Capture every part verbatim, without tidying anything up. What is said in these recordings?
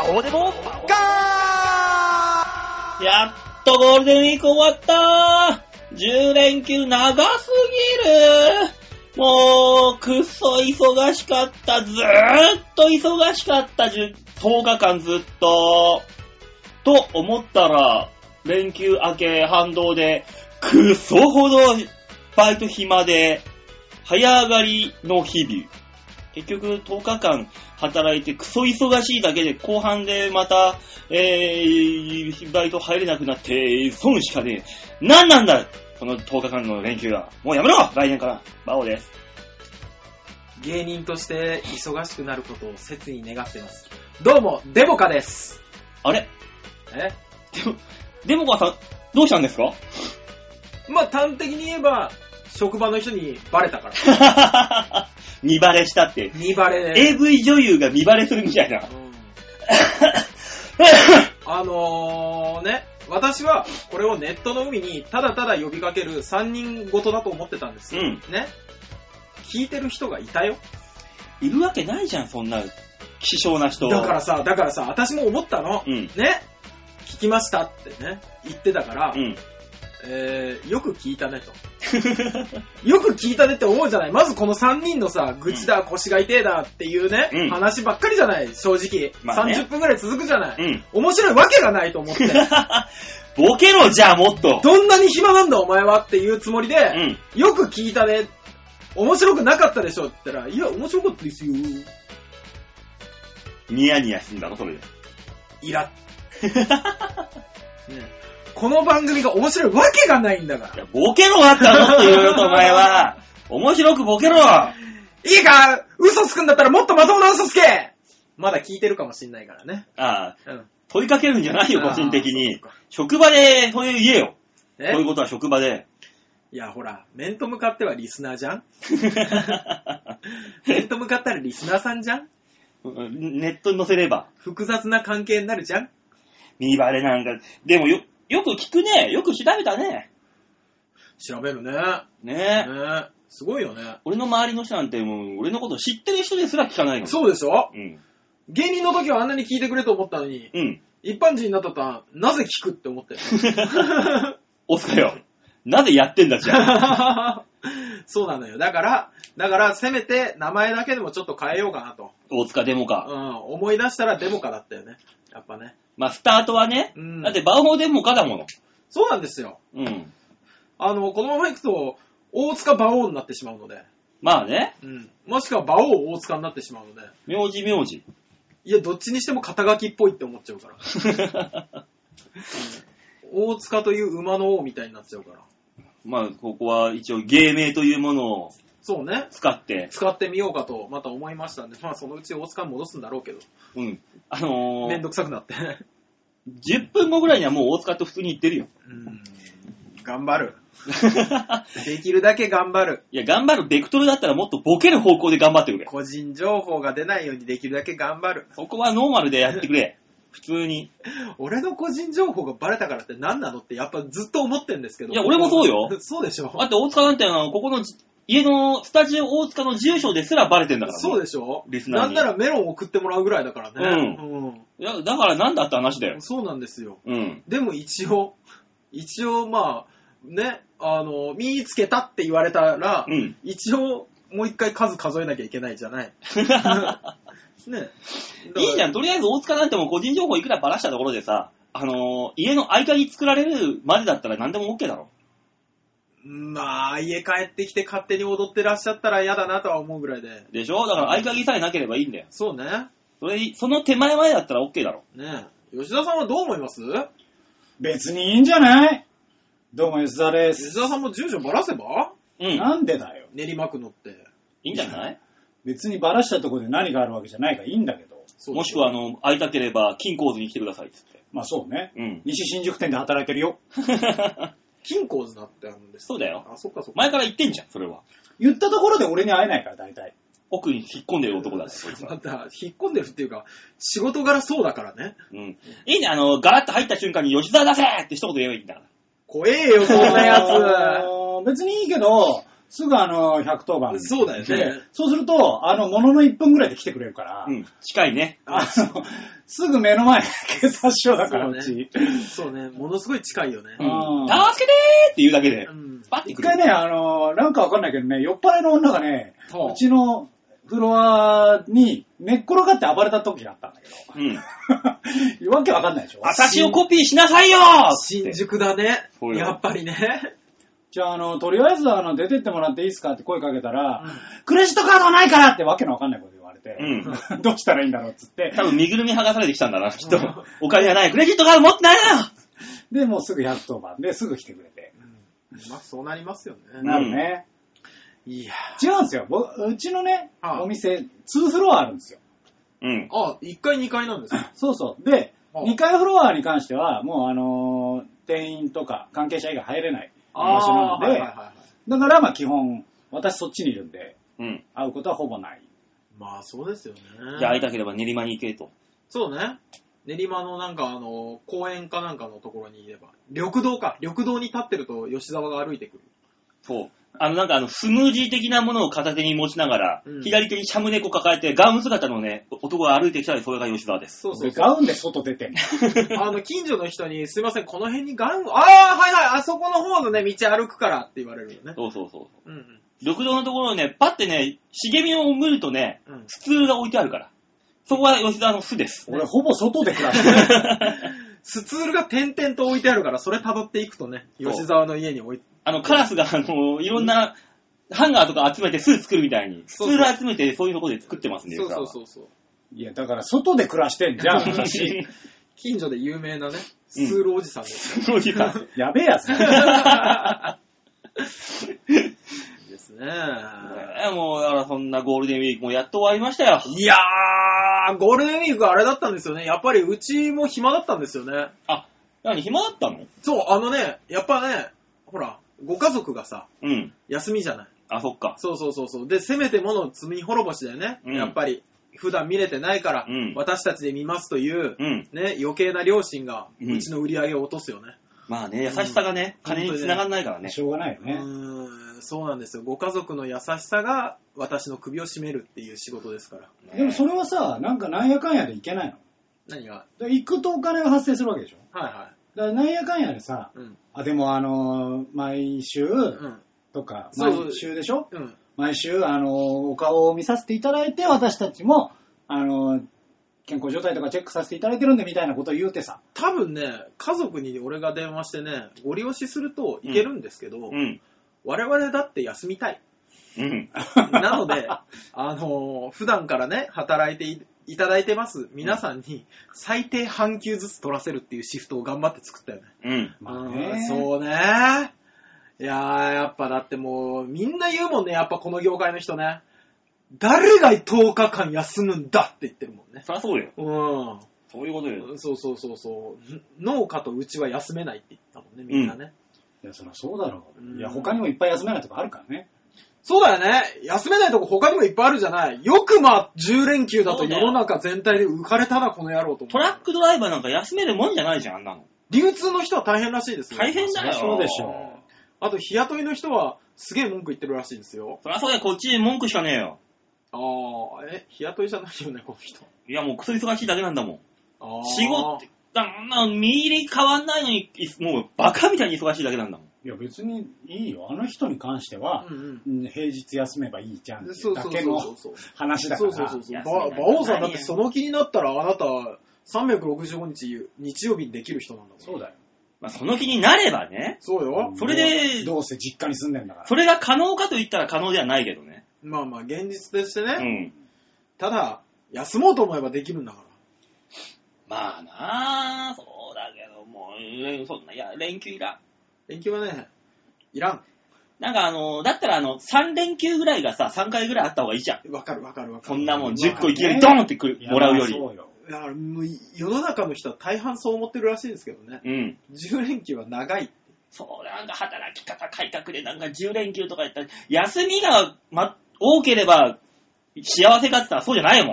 こうでもガー。 やっとゴールデンウィーク終わったー。じゅう連休長すぎる。もう、くっそ忙しかった。ずーっと忙しかった。とおかかんずっと。と思ったら、連休明け反動で、くっそほどバイト暇で、早上がりの日々。結局とおかかん働いてクソ忙しいだけで後半でまた、えー、バイト入れなくなって損しかねえ。なんなんだこのとおかかんの連休は。もうやめろ来年から。バオです。 芸人として忙しくなることを切に願ってます。どうも、デモカです。 あれえでも、デモカさん、どうしたんですか？ まあ、端的に言えば、職場の人にバレたから。 見バレしたって。 見バレで。 エーブイ 女優が見バレするみたいな。うん、 あのーね、私はこれをネットの海にただただ呼びかけるさんにんごとだと思ってたんですよ。うん、ね。聞いてる人がいたよ。 いるわけないじゃん、そんな希少な人。 だからさ、だからさ、私も思ったの。うん、ね。聞きましたってね、言ってたから、うん、えー、よく聞いたねと。よく聞いたねって思うじゃない。まずこのさんにんのさ、愚痴だ、うん、腰が痛えだっていうね、うん、話ばっかりじゃない、正直。まあね、さんじゅっぷんくらい続くじゃない。うん、面白いわけがないと思って。 ボケろ、じゃあもっと。 どんなに暇なんだお前はっていうつもりで、うん、よく聞いたね。面白くなかったでしょって言ったら、いや、面白かったですよ。 ニヤニヤすんだろ、それで。 イラッ。ね、この番組が面白いわけがないんだから。いや、 ボケろあったのって言うよと、お前は。面白くボケろ。いいか、嘘つくんだったらもっとまともな嘘つけ。まだ聞いてるかもしんないからね。 ああ、うん、問いかけるんじゃないよ、個人的に。職場で、そういう言えよ。えそういうことは職場で。 いや、ほら、面と向かってはリスナーじゃん。面と向かったらリスナーさんじゃん。 ネットに載せれば。 複雑な関係になるじゃん。 見バレなんか。でもよ、よく聞くね。よく調べたね。 調べるね。 ねえ。 ねすごいよね。 俺の周りの人なんてもう、俺のこと知ってる人ですら聞かないの。 そうでしょ、うん、芸人の時はあんなに聞いてくれと思ったのに、うん、一般人になったら、なぜ聞くって思ってる。 おつかよ。なぜやってんだじゃん。 そうなのよ。だから、だからせめて名前だけでもちょっと変えようかなと。 大塚デモカ。 うん。思い出したらデモカだったよね。やっぱね。 まあ、スタートはね。うん、だってバオデモカだもの。 そうなんですよ。うん。あの、このまま行くと、大塚馬王になってしまうので。 まあね。 うん。もしくは馬王大塚になってしまうので。 名字名字。 いや、どっちにしても肩書きっぽいって思っちゃうから。うん、大塚という馬の王みたいになっちゃうから。 まあ、ここは一応芸名というものをそうね使って使ってみようかとまた思いましたんで、まあそのうち大塚に戻すんだろうけど、 うん、あのー、 めんどくさくなってじゅっぷんごぐらいにはもう大塚と普通に言ってるよ。 うーん、頑張る。できるだけ頑張る。 いや、頑張るベクトルだったらもっとボケる方向で頑張ってくれ。 個人情報が出ないようにできるだけ頑張る。 そこはノーマルでやってくれ。普通に。 俺の個人情報がバレたからって何なのってやっぱずっと思ってんですけど。 いや、俺もそうよ。 そうでしょ。 だって大塚なんてあの、ここの家のスタジオ大塚の住所ですらバレてんだからね。 そうでしょ。 リスナーに。 なんならメロン送ってもらうぐらいだからね。うん。 うん。いや、だからなんだって話だよ。 そうなんですよ。 うん。 でも一応、一応まあ、ね、あの、見つけたって言われたら、うん、一応もう一回数数えなきゃいけないじゃない。ね、 いいじゃん。とりあえず大塚なんても個人情報いくらばらしたところでさ、あのー、家の合鍵作られるまでだったら何でも OK だろ。 まあ、家帰ってきて勝手に踊ってらっしゃったら嫌だなとは思うぐらいで。 でしょ？だから合鍵さえなければいいんだよ。 そうね。 それ、その手前までだったら OK だろ。 ねえ。吉田さんはどう思います？ 別にいいんじゃない？どうも吉田です。 吉田さんも住所ばらせば？ うん。なんでだよ。 練馬区のって。 いいんじゃない？ 別にばらしたところで何があるわけじゃないからいいんだけど。 もしくは、あの、会いたければ、金鉱図に来てくださいっつって。 まあそうね。うん。西新宿店で働いてるよ。 金鉱図だってあるんです。 そうだよ。 あ、そっかそっか。 前から言ってんじゃん、それは。 言ったところで俺に会えないから、大体。 奥に引っ込んでる男だね、 そいつは。また、引っ込んでるっていうか、仕事柄そうだからね。 うん。いいね、あの、ガラッと入った瞬間に吉沢出せって一言言えばいいんだから。 怖えよ、そんなやつ。 別にいいけど、 すぐあの、ひゃくとおばん。 そうだよね。 そうすると、あの、もののいっぷんぐらいで来てくれるから。 うん。近いね。 あの、すぐ目の前、警察署だから、うち。 そうね。ものすごい近いよね。 うん。助けてーって言うだけで。うん。 パッて一回ね、あの、なんかわかんないけどね、酔っ払いの女がね、うちのフロアに寝っ転がって暴れた時があったんだけど。うん。わけわかんないでしょ。 私をコピーしなさいよー新宿だね。やっぱりね。 じゃあ、あの、とりあえず、あの、出てってもらっていいですかって声かけたら、うん、クレジットカードないからってわけのわかんないこと言われて、うん、どうしたらいいんだろうっつって。 多分、身ぐるみ剥がされてきたんだな、きっと。お金がない。クレジットカード持ってないなで、もうすぐひゃくとおばんで、すぐ来てくれて。 うん、まあ、そうなりますよね。 なるね。 うん、いや違うんですよ。うちのね、ああお店、にフロアあるんですよ。 うん。 あ、いっかいにかいなんですか？ そうそう。で、ああにかいフロアに関しては、もうあのー、店員とか関係者以外入れない場所なので、はいはいはいはい、だからまあ基本、私そっちにいるんで、うん、会うことはほぼない。 まあそうですよね。 じゃあ会いたければ練馬に行けと。 そうね。練馬のなんかあの、公園かなんかのところにいれば、緑道か。緑道に立ってると吉沢が歩いてくる。 そう。あのなんかあの、スムージー的なものを片手に持ちながら、うん、左手にシャム猫抱えて、ガウン姿のね、男が歩いてきたらそれが吉沢です。 そうそうそう。 ガウンで外出てんの。 あの、近所の人に、すいません、この辺にガウン、ああ、はいはい、あそこの方のね、道歩くからって言われるよね。 そうそうそう。うんうん。緑道のところをね、パッてね、茂みを見るとね、うん、スツールが置いてあるから。そこは吉沢の巣です。 俺ほぼ外で暮らしてる。 スツールが点々と置いてあるから、それ辿っていくとね、吉沢の家に置いて。 あの、カラスが、あの、いろんな、ハンガーとか集めて巣作るみたいに、スツール集めてそういうところで作ってますんで。 そうそうそうそう。 いや、だから外で暮らしてんじゃん、私。 近所で有名なね、スツールおじさんです。 スツールおじさん。 やべえやつ。 ですね。 もう、だからそんなゴールデンウィークもやっと終わりましたよ。 いやー、ゴールデンウィークあれだったんですよね。やっぱりうちも暇だったんですよね。 あ、何暇だったの？ そう、あのね、やっぱね、ほら、ご家族がさ、うん、休みじゃない。 あ、そっか。 そうそうそうそう。で、せめてものを積み滅ぼしだよね。うん、やっぱり、普段見れてないから、うん、私たちで見ますという、うん、ね、余計な両親が、うちの売り上げを落とすよね。 うん、まあね、優しさがね、うん、金に繋がんないからね。 しょうがないよね。 うーん、そうなんですよ。ご家族の優しさが、私の首を絞めるっていう仕事ですから。 ね、でもそれはさ、なんかなんやかんやでいけないの？ 何が？ 行くとお金が発生するわけでしょ？ はいはい。 だからなんやかんやでさ、うん、あ、でもあのー、毎週、うんとか、毎週でしょ、うん、毎週、あの、お顔を見させていただいて、私たちも、あの、健康状態とかチェックさせていただいてるんで、みたいなことを言うてさ。 多分ね、家族に俺が電話してね、ご利用しするといけるんですけど、うんうん、我々だって休みたい。うん、なので、あの、普段からね、働いていいただいてます皆さんに最低半休ずつ取らせるっていうシフトを頑張って作ったよね。うん。まあね。そうね。いやー、やっぱだってもう、みんな言うもんね、やっぱこの業界の人ね。誰がとおかかん休むんだって言ってるもんね。 そりゃそうよ。 うん。 そういうことよ。 そうそうそうそう。農家とうちは休めないって言ったもんね、みんなね。 うん、いや、そりゃそうだろう。うん、いや、他にもいっぱい休めないとこあるからね。 そうだよね。休めないとこ他にもいっぱいあるじゃない。よくまあ、じゅう連休だと世の中全体で浮かれたな、この野郎と思う。 トラックドライバーなんか休めるもんじゃないじゃん、あんなの。 流通の人は大変らしいですよ。 大変だよ。 そうでしょう。 あと、日雇いの人は、すげえ文句言ってるらしいんですよ。 そりゃそうだよ、こっち文句しかねえよ。 ああ、え、日雇いじゃないよね、この人。 いや、もうクソ忙しいだけなんだもん。あ仕事、だな、見入り変わんないのに、もうバカみたいに忙しいだけなんだもん。 いや、別にいいよ。あの人に関しては、うんうん、平日休めばいいじゃんっていうだけの話だから。 そうそうそう。馬王さんだってその気になったら、あなた、さんびゃくろくじゅうごにち日曜日にできる人なんだもん。 そうだよ。 まあ、その気になればね。 そうよ。 それで、 どうせ実家に住んでんだから。 それが可能かと言ったら可能ではないけどね。 まあまあ、現実としてね。うん。ただ、休もうと思えばできるんだから。 まあなあ、そうだけど、もう、そんな、いや、連休いらん。 連休はね、いらん。 なんかあの、だったらあの、さん連休ぐらいがさ、さんかいぐらいあった方がいいじゃん。 わかるわかるわかる。 そんなもんじゅっこいきなりドーンってくる、もらうより。そうよ。 だからもう世の中の人は大半そう思ってるらしいですけどね。うん。じゅう連休は長い。 そう、なんか働き方改革でなんかじゅう連休とか言ったら、休みが、ま、多ければ幸せかって言ったらそうじゃないも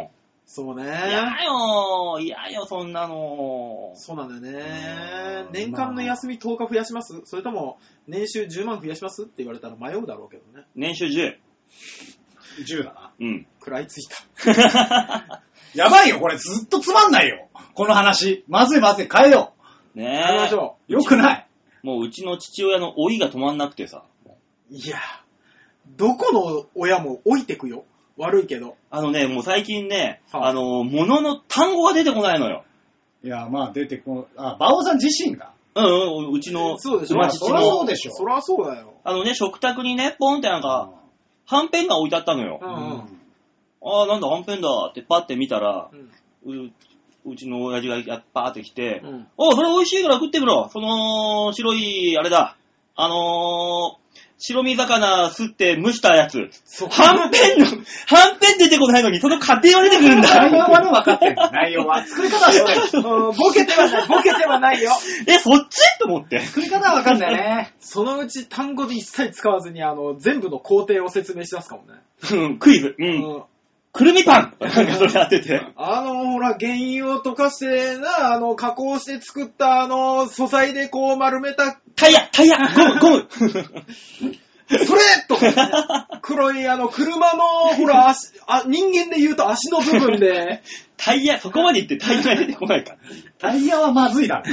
そうね。 嫌よ、嫌よ、そんなの。 そうなんだよね。年間の休みとおか増やします？それとも、年収じゅうまん増やしますって言われたら迷うだろうけどね。 年収じゅう。 じゅうだな。 うん。 食らいついた。 やばいよ、これずっとつまんないよ。この話。まずいまずい、変えよう。ねえ。 やりましょう。よくない。 もううちの父親の老いが止まんなくてさ。 いや、どこの親も老いてくよ。悪いけど。 あのね、もう最近ね、 はあ、 あの、物の単語が出てこないのよ。 いや、まあ出てこ、あ、馬王さん自身が。 うんうん、うちの、 そうでしょ。 馬父そりゃの。 そうでしょ。 そりゃそうだよ。 あのね、食卓にね、ポンってなんか、はんぺんが置いてあったのよ。 うんうん。 ああ、なんだ、はんぺんだってパッて見たら、 うん、 う, うちの親父がやっぱーって来て、 うん、 おそれ美味しいから食ってみろ。その、白い、あれだ、あのー、白身魚すって蒸したやつ。はんぺんの、はんぺん出てこないのに、その過程は出てくるんだ。 内容はね、分かってる。内容は。作り方はそれ。 うん、ボケてはない、ボケてはないよ。 え、そっちと思って。 作り方は分かんないね。 そのうち単語で一切使わずに、あの、全部の工程を説明し出すかもね。 うん、クイズ。うん。うん、くるみパンなんかそれやってて。 あの、ほら、原油を溶かしてな、あの、加工して作ったあの、素材でこう丸めた。 タイヤタイヤゴムゴムそれと黒いあの、車の、ほら、足、あ、人間で言うと足の部分で。 タイヤ、そこまで言ってタイヤ出てこないか。 タイヤはまずいだろ。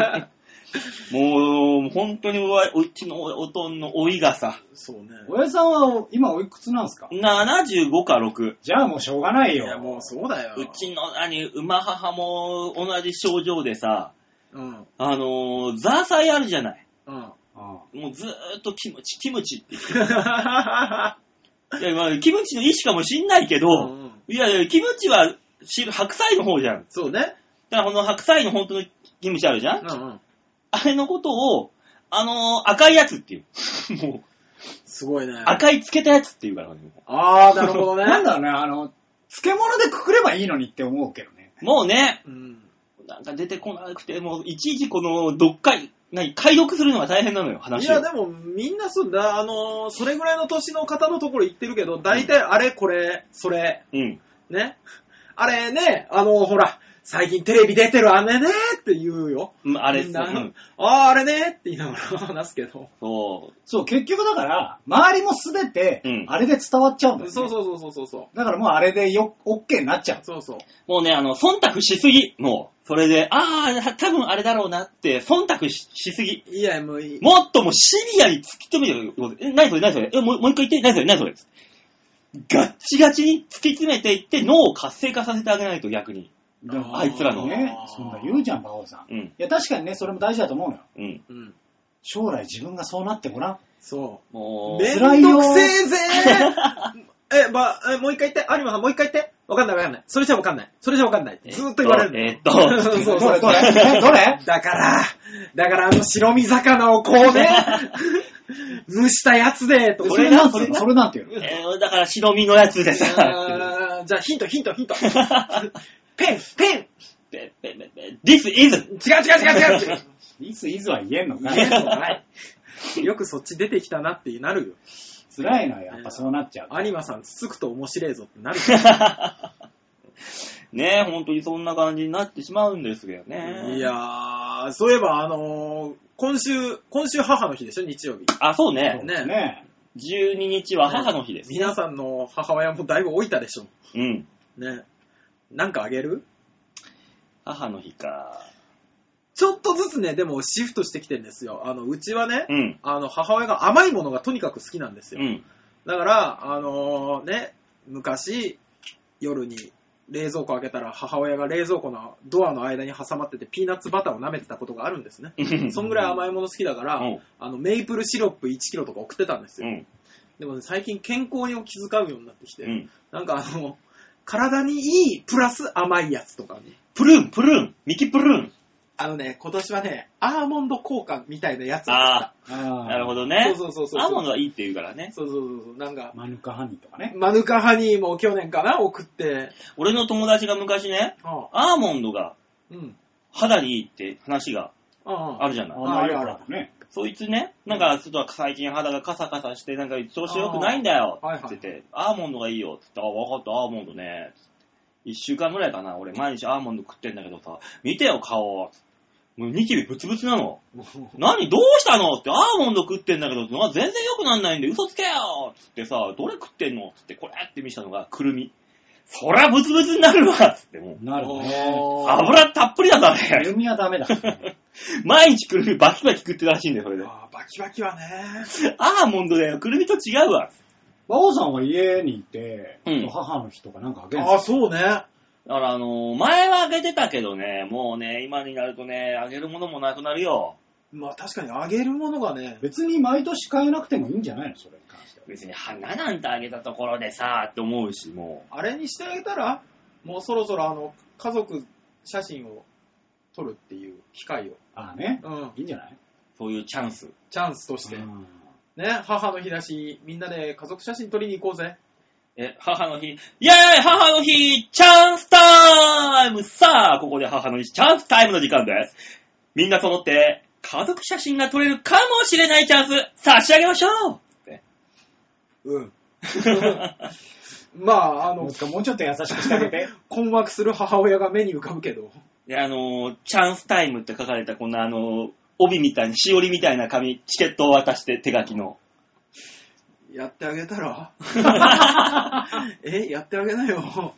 もう、本当にうちのおとんの老いがさ。 そうね。 親さんは今おいくつなんですか？ ななじゅうごかろく。 じゃあもうしょうがないよ。 いや、もうそうだよ。 うちの何、馬母も同じ症状でさ、 うん。 あのー、ザーサイあるじゃない。 うん。 もうずーっとキムチ、キムチって言ってる。いや、まあ、キムチの意思かもしんないけど、うんうん、いやいや、キムチは白菜の方じゃん。 そうね。 だからこの白菜の本当のキムチあるじゃん、うんうん、あれのことを、あのー、赤いやつっていう。もう。 すごいね。 赤いつけたやつっていうから、ね。 あー、なるほどね。 なんだろうね、あの、漬物でくくればいいのにって思うけどね。 もうね、 うん、 なんか出てこなくて、もういちいちこの、どっかい、何、解読するのが大変なのよ、話を。 いや、でも、みんなそうだ、あのー、それぐらいの年の方のところ行ってるけど、大体、あれ、これ、それ。 うん。 ね。あれね、あのー、ほら、最近テレビ出てるあれねって言うよ。 あれ、うん、 ああ、あれねって言いながら話すけど。 そう。 そう、結局だから、周りもすべて、あれで伝わっちゃうんだよね、 そうそうそうそうそう。 だからもうあれでよ、OK になっちゃう。 そうそう。 もうね、あの、忖度しすぎ。もう、それで、ああ、多分あれだろうなって、忖度 し, しすぎ。 いや、もういい。 もっともうシビアに突き止めてる。え、何それ何それえ、もう、もう一回言って、何それ何それガッチガチに突き詰めていって脳を活性化させてあげないと逆に。あいつらの。 ね、そんな言うじゃん、馬王さん。うん。いや、確かにね、それも大事だと思うのよ。うん。うん。将来自分がそうなってごらん。 そう。 もう、めんどくせえぜーえ、ば、え、もう一回言って。有馬さん、もう一回言って。わかんないわかんない。それじゃわかんない。それじゃわかんない。ずーっと言われる。 えー、っと、 そうそうどれどれえ、どれだから、だからあの白身魚をこうね、蒸したやつで、 と。それなんそれそれなんていうのえー、だから白身のやつでさ。 じゃあヒントヒントヒント。ペンペンペンペンペン This is 違う違う違う違う This is は言えんのか言えんのかいよくそっち出てきたなってなるよ。 辛いのはやっぱそうなっちゃう。 有馬さんつつくと面白いぞってなるねえ、本当にそんな感じになってしまうんですけどね。 いやー、そういえばあのー、今週、今週母の日でしょ、日曜日。 あ、そうね。 ねねじゅうににちは母の日です、ね。 皆さんの母親もだいぶ老いたでしょ。 うん。 ね。なんかあげる？ 母の日か。 ちょっとずつね、でもシフトしてきてるんですよ。あの、うちはね、 うん、 あの、母親が甘いものがとにかく好きなんですよ。 うん、 だから、あのー、ね、昔、夜に冷蔵庫開けたら母親が冷蔵庫のドアの間に挟まっててピーナッツバターを舐めてたことがあるんですね。そんぐらい甘いもの好きだから、うん、あの、メイプルシロップいちキロとか送ってたんですよ。うん、でも、ね、最近健康に気遣うようになってきて、うん、なんかあの、体にいいプラス甘いやつとかね。 プルーン、プルーン、ミキプルーン。 あのね、今年はね、アーモンド効果みたいなやつをああ、なるほどね。 そうそうそうそう。 アーモンドはいいって言うからね。 そうそうそうそう。なんか、 マヌカハニーとかね。 マヌカハニーも去年かな、送って。 俺の友達が昔ね、ああアーモンドが肌にいいって話があるじゃない。 ああ、あるあるね。 そいつね、なんかちょっと最近肌がカサカサして、なんか調子良くないんだよって言ってて、アーモンドがいいよって言って、あ、分かった、アーモンドね。 一週間ぐらいかな、俺毎日アーモンド食ってんだけどさ、見てよ顔。もうニキビブツブツなの。何どうしたのって、アーモンド食ってんだけど、全然良くなんないんで嘘つけよつってさ、どれ食ってんのつって、これって見せたのがくるみ。そりゃブツブツになるわつってもう。 なるね。 油たっぷりだったね。 くるみはダメだ。 毎日くるみバキバキ食ってたらしいんだよ、それで。 あバキバキはね。 アーモンドだよ、くるみと違うわ。 馬王さんは家にいて、うん、母の日とかなんかあげるんですか？ あ、そうね。 だからあのー、前はあげてたけどね、もうね、今になるとね、あげるものもなくなるよ。 まあ確かにあげるものがね。 別に毎年買えなくてもいいんじゃないのそれに関しては。 別に花なんてあげたところでさ、って思うし、もう。あれにしてあげたら、もうそろそろあの、家族写真を撮るっていう機会を。 ああね。 うん。 いいんじゃない？ そういうチャンス。 チャンスとして。ね、母の日だし、みんなで家族写真撮りに行こうぜ。 え、母の日、イェーイ母の日、チャンスタイムさあ、ここで母の日、チャンスタイムの時間です。みんな揃って、家族写真が撮れるかもしれないチャンス、差し上げましょうって。 うん。まあ、あの、 もうちょっと優しくしてあげて。 困惑する母親が目に浮かぶけど。 で、あの、チャンスタイムって書かれた、こんなあの、帯みたいに、しおりみたいな紙、チケットを渡して手書きの。 やってあげたらえ、やってあげなよ。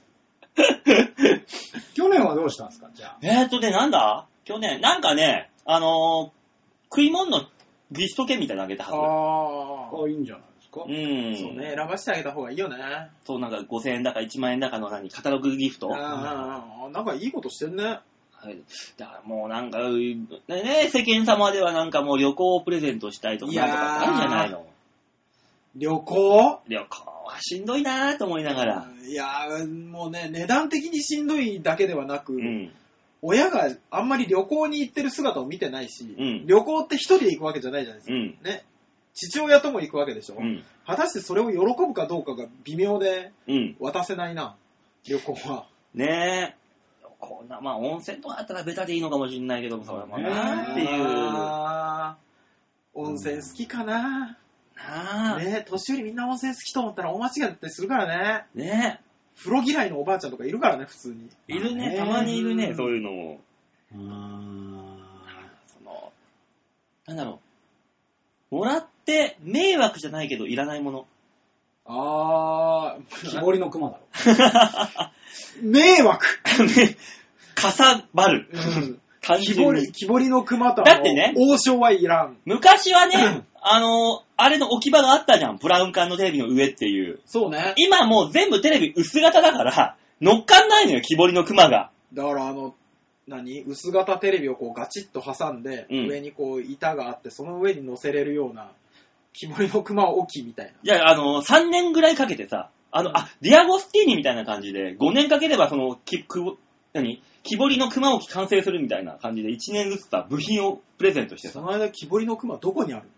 去年はどうしたんですかじゃあ。 えーっとね、なんだ去年、なんかね、あのー、食い物のギフト券みたいなのあげたはず。 ああ、いいんじゃないですか。 うん。 そうね、選ばせてあげた方がいいよね。 そう、なんかごせんえんだかいちまんえんだかの何、カタログギフト。 ああ、なんかいいことしてんね。 はい、だからもうなんか、ね、世間様ではなんかもう旅行をプレゼントしたいとかなんとかあるじゃないの。 旅行旅行はしんどいなぁと思いながら。 いやー、もうね、値段的にしんどいだけではなく、 うん、 親があんまり旅行に行ってる姿を見てないし、 うん、 旅行って一人で行くわけじゃないじゃないですか。 うん、 ね、父親とも行くわけでしょ、 うん。 果たしてそれを喜ぶかどうかが微妙で、渡せないな、うん、旅行は。 ねえ。こんな、まあ温泉とかあったらベタでいいのかもしれないけども、それもなーっていう。 あ温泉好きかな、 なあ。 ねえ、年寄りみんな温泉好きと思ったら大間違いだったりするからね。 ねえ。 風呂嫌いのおばあちゃんとかいるからね、普通に。 いるね、たまにいるね、そういうのも。 うーん。 その、なんだろう。もらって迷惑じゃないけどいらないもの。 あー、木彫りの熊だろ。 迷惑かさばる。 うん木彫り、木彫りの熊とだってね、 王将はいらん。 昔はね、あの、あれの置き場があったじゃん。ブラウン管のテレビの上っていう。 そうね。 今もう全部テレビ薄型だから、乗っかんないのよ、木彫りの熊が。 だからあの、何薄型テレビをこうガチッと挟んで、うん、上にこう板があって、その上に乗せれるような、木彫りの熊置きみたいな。 いや、あの、さんねんぐらいかけてさ、あの、あ、ディアゴスティーニみたいな感じで、ごねんかければその、き、く、何木彫りの熊置き完成するみたいな感じでいちねんずつさ、部品をプレゼントしてさ。 その間木彫りの熊どこにある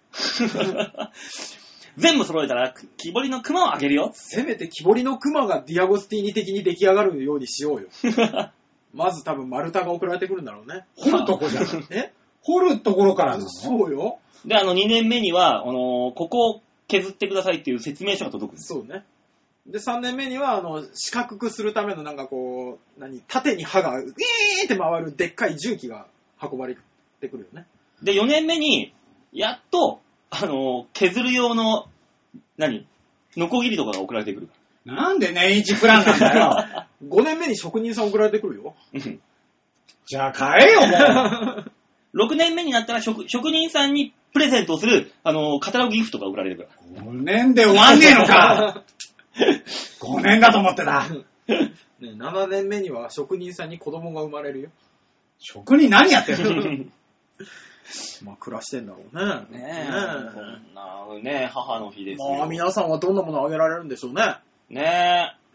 全部揃えたら木彫りの熊をあげるよ。 せめて木彫りの熊がディアゴスティーニ的に出来上がるようにしようよ。まず多分丸太が送られてくるんだろうね。 掘るとこじゃん。 え掘るところからなの？ そうよ。 で、あのにねんめには、あのー、ここを削ってくださいっていう説明書が届くんです。 そうね。で、さんねんめには、あの、四角くするためのなんかこう、何、縦に刃が、ウィーンって回るでっかい重機が運ばれてくるよね。 で、よねんめに、やっと、あの、削る用の、何ノコギリとかが送られてくる。 なんで年一プランなんだよ。 ごねんめに職人さん送られてくるよ。 じゃあ買えよ、もう。 ろくねんめになったら職、職人さんにプレゼントをする、あの、カタログギフトが送られてくる。 ごねんで終わんねえのか。ごねんだと思ってた。 ね、ななねんめには職人さんに子供が生まれるよ。 職人何やってんのまあ暮らしてんだろうね。 ねえ。ねえ。こんなね、母の日ですよ。 まあ皆さんはどんなものあげられるんでしょうね。 ねえ。うん。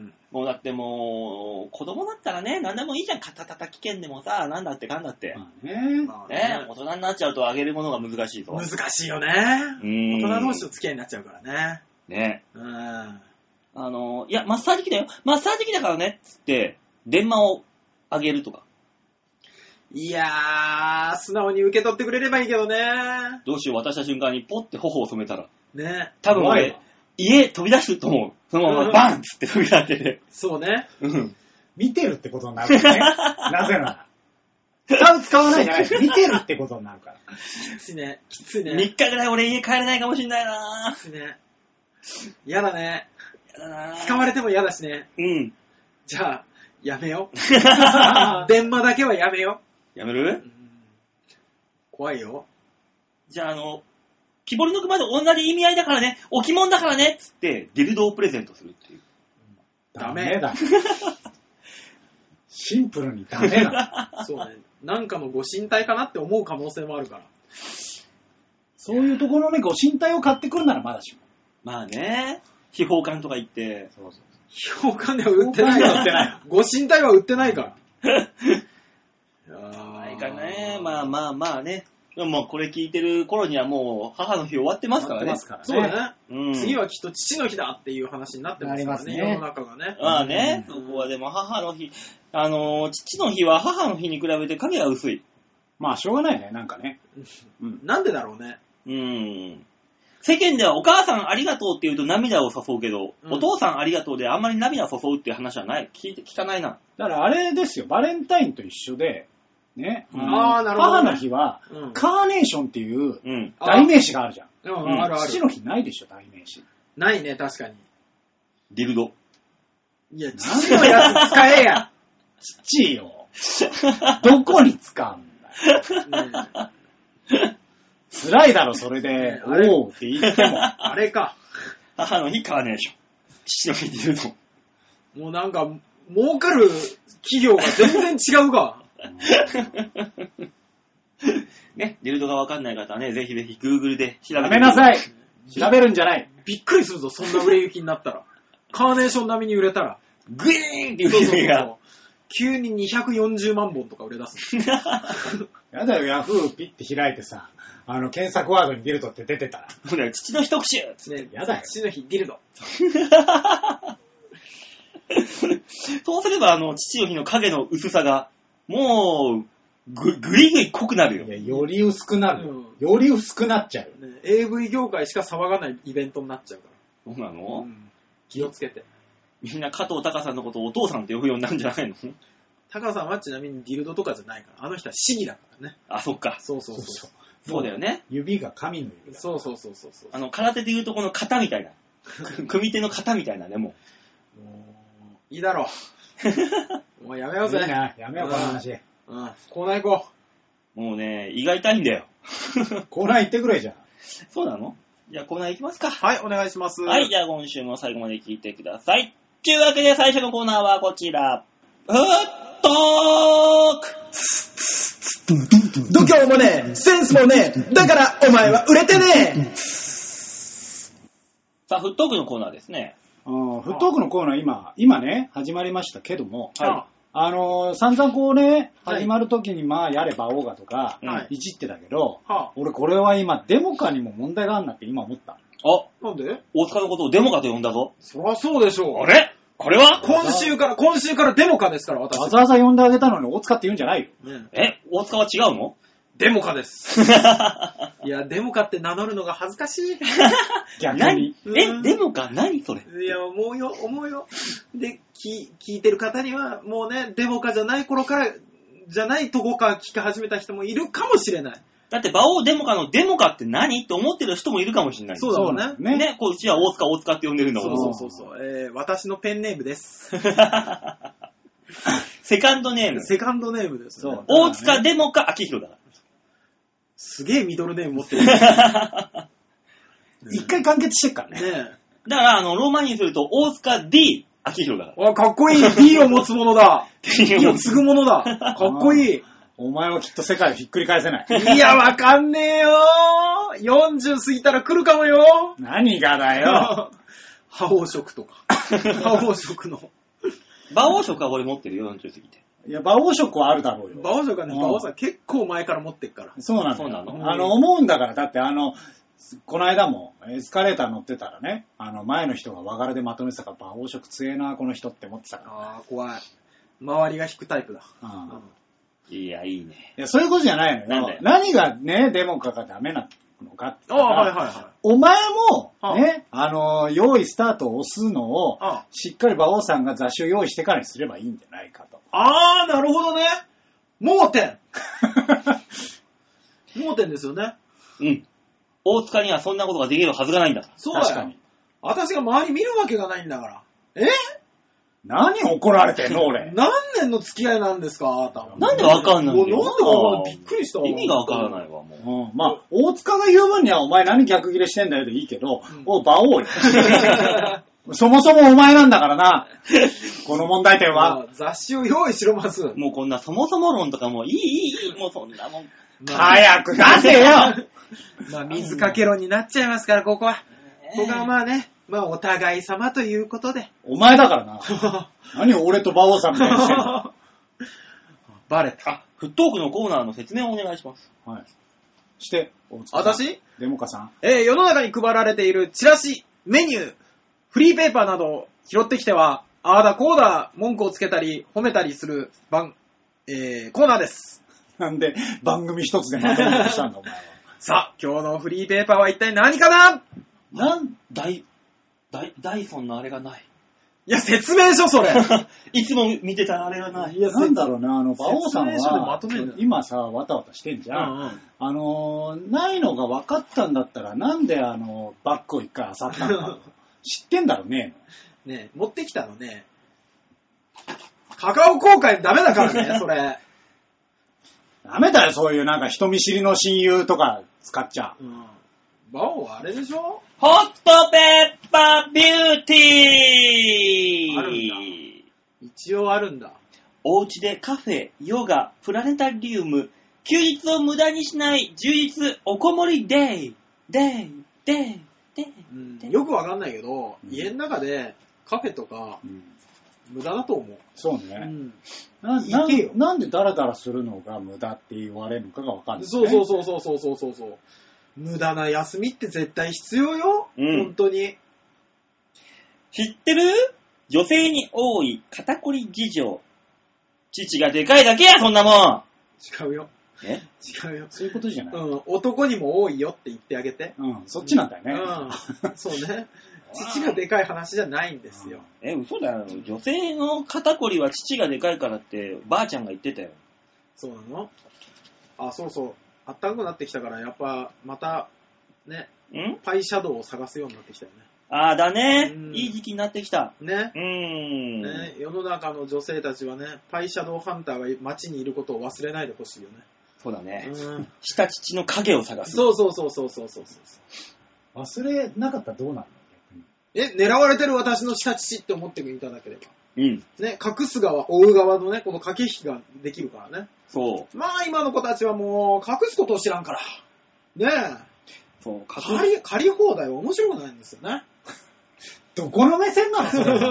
もうだってもう、子供だったらね、何でもいいじゃん。肩たたき券でもさ、なんだってかんだって。 まあね。 まあね。ね、大人になっちゃうとあげるものが難しいぞ。 難しいよね。 うん。 大人同士と付き合いになっちゃうからね。 ね。 うん。 あの、いや、マッサージ機だよ。マッサージ機だからね。つって、電話をあげるとか。 いやー、素直に受け取ってくれればいいけどね。 どうしよう、渡した瞬間にポッて頬を染めたら。 ね。 多分俺、家飛び出すと思う。そのままバンつって飛び出してて。 そうね。 うん。 見てるってことになるからね。なぜなら。使う使わないじゃない。見てるってことになるから。 きついね。きついね。 みっかぐらい俺家帰れないかもしんないなきついね。やだね。 やだな使われても嫌だしね。 うん。 じゃあ、やめよう。電話だけはやめよう。やめる、うん、 怖いよ。 じゃあ、あの、木彫りの熊と同じ意味合いだからね、置物だからねっつって、ディルドをプレゼントするっていう。 ダメだ。 シンプルにダメだ。 そうね。なんかのご神体かなって思う可能性もあるから。 そういうところね、ご神体を買ってくるならまだしも。 まあね、秘宝館とか行って。 そうそう。秘宝館では売ってないよ。売ってない。ご神体は売ってないから。いやないかね。まあまあまあね。でもこれ聞いてる頃にはもう母の日終わってますからね。ますからね。 そうね、うん。次はきっと父の日だっていう話になってますからね。ね世の中がね。 まあね、うん、そこはでも母の日、あのー、父の日は母の日に比べて影が薄い。 まあしょうがないね、なんかね。 うん、なんでだろうね。 うん。世間ではお母さんありがとうって言うと涙を誘うけど、うん、お父さんありがとうであんまり涙を誘うっていう話はない。聞いて、聞かないな。 だからあれですよ、バレンタインと一緒で、ね。 ああ、なるほど、ね。 母の日は、うん、カーネーションっていう代名詞があるじゃん。 うん、あるある。 父の日ないでしょ、代名詞。 ないね、確かに。 ディルド。 いや、父のやつ使えや。 父よ。どこに使うんだよ。ね、辛いだろ、それで。おうって言っても。 あれか。 母の日カーネーション。父の日ディルド。もうなんか、儲かる企業が全然違うが。 ね、ディルドがわかんない方はね、ぜひぜひ Google で調べて。 やめなさい。調べるんじゃない。 びっくりするぞ、そんな売れ行きになったら。カーネーション並みに売れたら。 グイーンっていう売れが。 急ににひゃくよんじゅうまんぼんとか売れ出す。 やだよ、ヤフーピッて開いてさ、あの、検索ワードにディルドって出てたら。 そうだよ、父の日特集ね、やだよ。父の日ディルド。 そうすれば、あの、父の日の影の薄さが、もう、ぐ、ぐいぐい濃くなるよ。 いや、より薄くなる、うん。より薄くなっちゃう、 ね。エーブイ 業界しか騒がないイベントになっちゃうから。 そうなの、うん、 気をつけて。 みんな加藤隆さんのことをお父さんって呼ぶようになるんじゃないの？ 隆さんはちなみにディルドとかじゃないから。あの人は市議だからね。 あ、そっか。 そうそうそう。そうそうだよね。 指が神の指だ。 そうそうそうそうそう。 あの、空手で言うとこの型みたいな。組手の型みたいなね、もう。 もう、いいだろう。もうやめようぜ。 いいな、やめよう、この話。 うん。コーナー行こう。もうね、胃が痛いんだよ。 コーナー行ってくれじゃん。 そうなの？じゃあコーナー行きますか。 はい、お願いします。 はい、じゃあ今週も最後まで聞いてください。というわけで最初のコーナーはこちら。フットーク度胸もねえ、センスもねえ、だからお前は売れてねえ。 さあ、フットークのコーナーですね。 あフットークのコーナー今、今ね、始まりましたけども、 はい、 あのー、散々こうね、始まるときにまあやればオーガとか、いじってたけど、はい、俺これは今デモカにも問題があるなって今思った。 あ、 なんで？ 大塚のことをデモカと呼んだぞ。 そりゃそうでしょう。 あれ？これは今週から、今週からデモカですから、私。 わざわざ呼んであげたのに大塚って言うんじゃないよ。 ね、え、大塚は違うの？ デモカです。いや、デモカって名乗るのが恥ずかしい。 逆に。 え、デモカ何それ？ いや、思うよ、思うよ。で、聞、聞いてる方には、もうね、デモカじゃない頃から、じゃないとこから聞き始めた人もいるかもしれない。 だって、馬王デモカのデモカって何って思ってる人もいるかもしれない。 そうだもんね。 ね。ね、こううちは大塚大塚って呼んでるんだもん。 そうそうそうそう。えー、私のペンネームです。 セカンドネーム。 セカンドネームです、ね。そう。 大塚デモカ秋広だから。 すげえミドルネーム持ってる。 一回完結してっからね。 ねだから、あの、ローマにすると、大塚 D 秋広だから。 あ、かっこいい。D を持つものだ。D を継ぐものだ。かっこいい。 お前はきっと世界をひっくり返せない。 いや、わかんねえよー。よんじゅう過ぎたら来るかもよ。 何がだよ。 覇王色とか。覇王色の。 馬王色は俺持ってるよ、よんじゅう過ぎて。 いや、馬王色はあるだろうよ。 馬王色はね、馬王色は結構前から持ってっから。 そうなの。 そうなの。 あの、思うんだから、だってあの、この間もエスカレーター乗ってたらね、あの、前の人が和柄でまとめてたから、馬王色強えな、この人って思ってたから。 ああ、怖い。周りが引くタイプだ。 うん。いや、いいね。 いや、そういうことじゃないのよ。 なんだよ。 何がね、デモカがダメなのかってああ、はいはいはい。 お前も、ね、あのー、用意スタートを押すのを、しっかり馬王さんが雑誌を用意してからにすればいいんじゃないかと。 ああ、なるほどね。盲点盲点ですよね。 うん。大塚にはそんなことができるはずがないんだ。 そうだよ。確かに。私が周り見るわけがないんだから。え何怒られてんの俺。 何年の付き合いなんですかあなた。 なんでわかんないんだよ。 なんでわかんない。びっくりしたわ。 意味がわからないわ、もう。うん、まあ、大塚が言う分にはお前何逆切れしてんだよでいいけど、うん、お、馬王よ。そもそもお前なんだからな。この問題点は。 雑誌を用意しろます。 もうこんなそもそも論とかもういいいいいい。もうそんなもん。 早く出せよまあ、水かけ論になっちゃいますから、ここは。ここはまあね。まあ、お互い様ということで。 お前だからな。何俺と馬王さんみたいにしてんの。 バレた。 あ、フットークのコーナーの説明をお願いします。 はい。して、 私デモカさん。 えー、世の中に配られているチラシ、メニュー、フリーペーパーなどを拾ってきては、ああだこうだ文句をつけたり、褒めたりする番、えー、コーナーです。 なんで、番組一つでまとめようとしたんだ、お前は。 さあ、今日のフリーペーパーは一体何かななんだい、ダイ、ダイソンのあれがない。 いや、説明書それ。 いつも見てたあれがない。 いや、なんだろうね、あの、馬王さんは、今さ、わたわたしてんじゃん。うんうん、あの、ないのが分かったんだったら、なんであの、バッグを一回漁ったのか。知ってんだろうね。 ね持ってきたのね。カカオ公開ダメだからね、それ。 ダメだよ、そういうなんか人見知りの親友とか使っちゃう。うん。 馬王はあれでしょホットペッパービューティーあるんだ。一応あるんだ。 お家でカフェ、ヨガ、プラネタリウム、休日を無駄にしない充実おこもりデイ、デイ、デイ、デイ。 うん、よくわかんないけど、うん、家の中でカフェとか、うん、無駄だと思う。 そうね。うん、な, な, なんでダラダラするのが無駄って言われるのかがわかんない、ね。 そうそうそうそうそうそうそう。無駄な休みって絶対必要よ。うん、本当に。 知ってる？女性に多い肩こり事情。父がでかいだけや、そんなもん。 違うよ。 え？ 違うよ。 そういうことじゃない。 うん。男にも多いよって言ってあげて。 うん。そっちなんだよね。 うん。そうね。父がでかい話じゃないんですよ。 え、嘘だよ。女性の肩こりは父がでかいからって、ばあちゃんが言ってたよ。 そうなの？あ、そうそう。あったかくなってきたから、やっぱ、また、ね、んパイシャドウを探すようになってきたよね。 ああ、だね。いい時期になってきた。 ね。 うーん。 ね。世の中の女性たちはね、パイシャドウハンターが街にいることを忘れないでほしいよね。 そうだね。うん。下乳の影を探す。 そうそうそうそうそうそうそう。忘れなかったらどうなるの？ え、狙われてる私の下乳って思っていただければ。 うん。 ね、隠す側、追う側のね、この駆け引きができるからね。 そう。 まあ今の子たちはもう、隠すことを知らんから。ねえ。 そう、 借り、借り放題は面白くないんですよね。 どこの目線なのそれ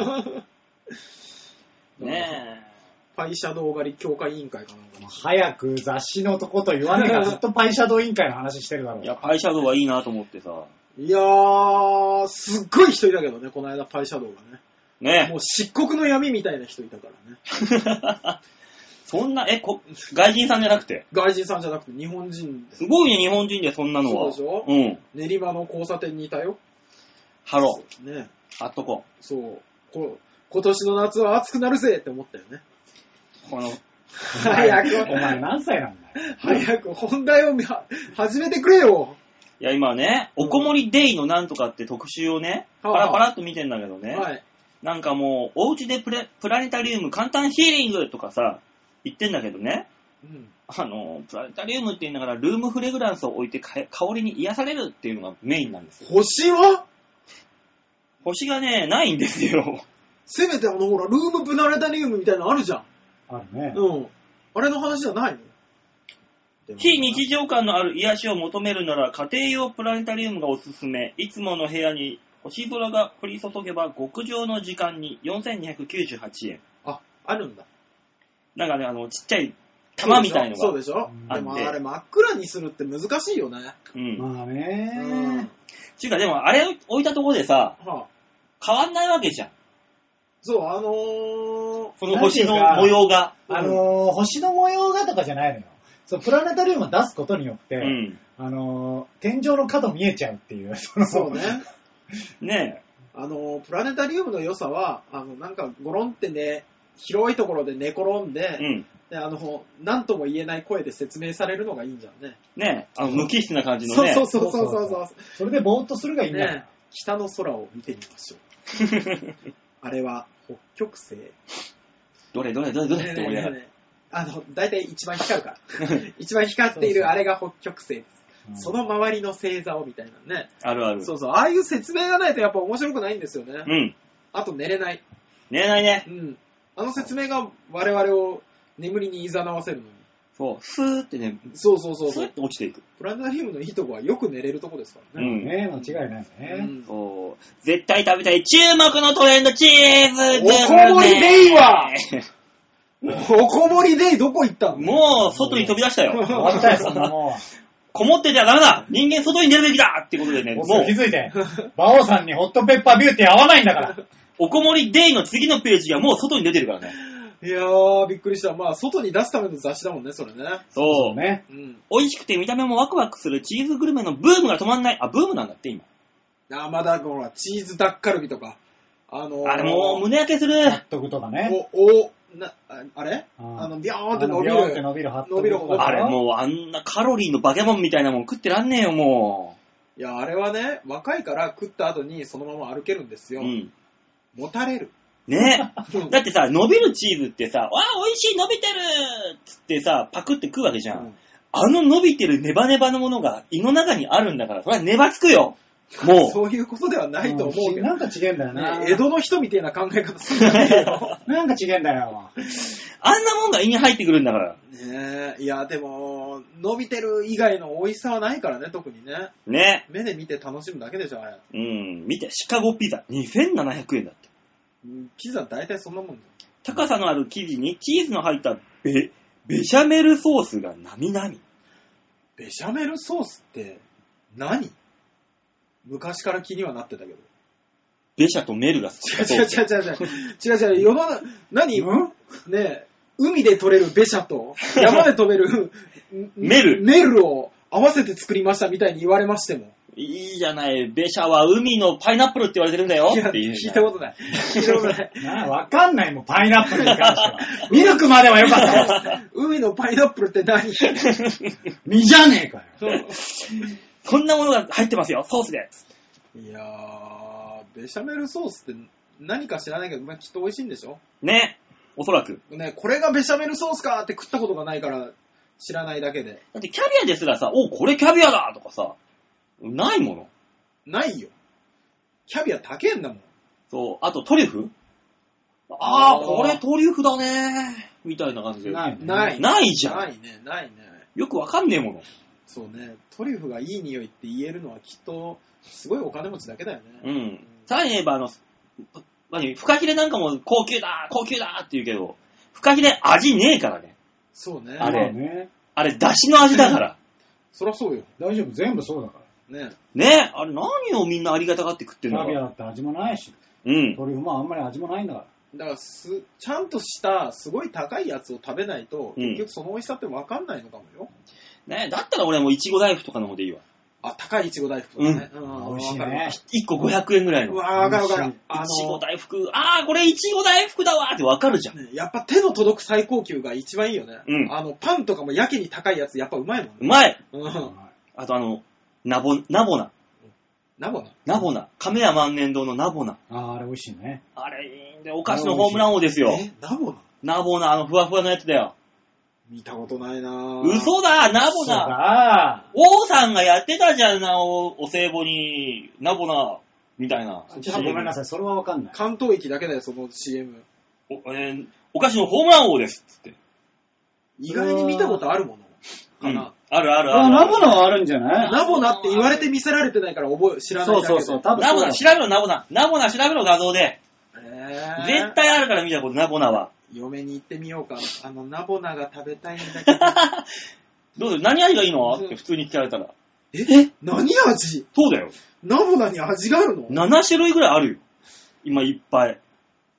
ねえ。 パイシャドウ狩り強化委員会かなんか。 早く雑誌のとこと言わねえからずっとパイシャドウ委員会の話してるだろう。 いや、パイシャドウはいいなと思ってさ。 いやー、すっごい人いたけどね、この間パイシャドウがね。 ねえ。 もう漆黒の闇みたいな人いたからね。 そんな、え、こ、外人さんじゃなくて外人さんじゃなくて日本人です。 すごいね、日本人でそんなのは。 そうでしょ？ うん。 練馬の交差点にいたよ。 ハロー。ねあっとこ。 そうこ。今年の夏は暑くなるぜって思ったよね。 この、 早く。 お前何歳なんだよ。 早く本題を始めてくれよ。 いや、今ね、おこもりデイのなんとかって特集をね、パラパラっと見てんだけどね。はい。なんかもう、お家でプレプラネタリウム簡単ヒーリングとかさ、言ってんだけどね。うん。あの、プラネタリウムって言いながら、ルームフレグランスを置いて香りに癒されるっていうのがメインなんですよ。 星は星がね、ないんですよ。 せめてあの、ほら、ルームプラネタリウムみたいなのあるじゃん。 あるね。 うん。あれの話じゃないの？ 非日常感のある癒しを求めるなら、家庭用プラネタリウムがおすすめ。いつもの部屋に星空が降り注げば極上の時間によんせんにひゃくきゅうじゅうはちえん。 あ、あるんだ。 なんかね、あの、ちっちゃい玉みたいのが。 そうでしょ？でもあれ真っ暗にするって難しいよね。 うん。 まあねー。 うん。 ちゅうかでも、あれ置いたところでさ、はあ、変わんないわけじゃん。 そう、あのー、 その星の模様が。 あのー、星の模様がとかじゃないのよ。そう、プラネタリウムを出すことによって、うん、 あのー、天井の角見えちゃうっていう。そ, そうね。 ねえ。 あの、プラネタリウムの良さは、あの、なんか、ゴロンってね、広いところで寝転んで、うん、であの、なんとも言えない声で説明されるのがいいんじゃんね。 ねえ、あの、無機質な感じのね。 そうそうそうそうそうそう。 それでぼーっとするがいいんだよ。 ね、北の空を見てみましょう。あれは、北極星。 どれどれどれどれって思いながら。 あの、だいたい一番光るから。一番光っているあれが北極星です。うん、その周りの星座をみたいなね。 あるある。 そうそう。ああいう説明がないとやっぱ面白くないんですよね。 うん。 あと寝れない。 寝れないね。 うん。あの説明が我々を眠りに誘わせるのに。 そう。スーってね。 そうそうそう。 スーって落ちていく。 プラネタリウムのいいとこはよく寝れるとこですからね。 うん。ね間違いないね。うん、 そう。絶対食べたい注目のトレンドチーズおこぼりデイはおこぼりデイどこ行ったの？ もう外に飛び出したよ。 終わったよ、そんなもう。 こもっててはダメだ！人間外に出るべきだってことでね、 もう気づいて。馬王さんにホットペッパービューティー合わないんだから。 おこもりデイの次のページがもう外に出てるからね。 いやー、びっくりした。まあ、外に出すための雑誌だもんね、それね。 そうね。うん。美味しくて見た目もワクワクするチーズグルメのブームが止まんない。あ、ブームなんだって、今。 あ、まだ、ほら、チーズダッカルビとか。あのー、 あれもう胸焼けする。 ハットグとかね。 お、お、な、あれあの、ビョーンって伸びる。 ビョーンって伸びるハットグとか。 あれもうあんなカロリーのバケモンみたいなもん食ってらんねえよ、もう。いや、あれはね、若いから食った後にそのまま歩けるんですよ。うん。もたれる。 ねだってさ、伸びるチーズってさ、わー美味しい伸びてるつってさ、パクって食うわけじゃん。うん、あの伸びてるネバネバのものが胃の中にあるんだから、それはネバつくよ。もう。 そういうことではないと思うけど。 なんか違えんだよな、 ね。江戸の人みたいな考え方するんだよ。 なんか違えんだよ。 あんなもんが胃に入ってくるんだから。 ねえ、いや、でも、伸びてる以外の美味しさはないからね、特にね。 ね。 目で見て楽しむだけでしょ、あれ。 うん、見て、シカゴピザ。にせんななひゃくえんだって。 ピザ大体そんなもんだよ。 高さのある生地にチーズの入ったベ、ベシャメルソースがなみなみ。 ベシャメルソースって何？昔から気にはなってたけど。 ベシャとメルが好き。違う違う違う違う。違う違う。世の中、何？うんねえ、海で取れるベシャと山で飛べるメル。 メルを合わせて作りましたみたいに言われましても。 いいじゃない。ベシャは海のパイナップルって言われてるんだよ。 いや、 っていう聞いたことない。聞いたことない。 なあ、わかんないもん、パイナップルに関しては。ミルクまではよかったよ。 海のパイナップルって何？ 実じゃねえかよ。 こんなものが入ってますよ、ソースで。 いやー、ベシャメルソースって何か知らないけど、まあ、きっと美味しいんでしょ？ ね。おそらく。 ね、これがベシャメルソースかって食ったことがないから知らないだけで。 だってキャビアですらさ、お、これキャビアだとかさ、ないもの。 ないよ。キャビア高えんだもん。 そう。あとトリュフ？ああ、これトリュフだねー。みたいな感じで。 ない、ね。ない。 ないじゃん。 ないね、ないね。 よくわかんねえもの。 そうね。トリュフがいい匂いって言えるのはきっと、すごいお金持ちだけだよね。 うん。さらに言えば、あの、何、フカヒレなんかも高級だ高級だって言うけど、フカヒレ味ねえからね。 そうね。 あれ、 ね、 あれ、出汁の味だから。 そりゃそうよ。 大丈夫、全部そうだから。 ねねあれ何をみんなありがたがって食ってるのか。 キャビアだって味もないし。 うん。 トリュフもあんまり味もないんだから。 だからす、ちゃんとしたすごい高いやつを食べないと、うん、結局その美味しさって分かんないのかもよ。 ねだったら俺はもういちご大福とかの方でいいわ。 あ、高いいちご大福とかね。 うん。美味しいね。 いっこごひゃくえんぐらいの。 うわー、わかるわかる。いちご大福、あー、これいちご大福だわーってわかるじゃん。 やっぱ手の届く最高級が一番いいよね。 うん。 あの、パンとかもやけに高いやつやっぱうまいもんね。 うまい。 うん。 あとあの、ナボ、ナボナ。 ナボナナボナ。亀屋万年堂のナボナ。 あー、あれ美味しいね。 あれいいんで、お菓子のホームラン王ですよ。 え、ナボナナボナ、あのふわふわのやつだよ。 見たことないなぁ。 嘘だ、ナボナ。王さんがやってたじゃんな、お、お歳暮に、ナボナ、みたいな。 ちょっとごめんなさい、それはわかんない。 関東駅だけだよ、その シーエム。 お、えー、お菓子のホームラン王です、つって。 意外に見たことあるものかな。うん、 あるあるある。 あ、ナボナはあるんじゃない？ ナボナって言われて見せられてないから覚え、知らないだけど。 そうそうそう、多分ナボナ、調べろ、ナボナ。ナボナ調べろ、画像で。 えー、 絶対あるから見たこと、ナボナは。 嫁に行ってみようか。あの、ナボナが食べたいんだけど。 どうぞ、何味がいいのって普通に聞かれたら。 え何味？ そうだよ。 ナボナに味があるの？ なな 種類ぐらいあるよ。今いっぱい。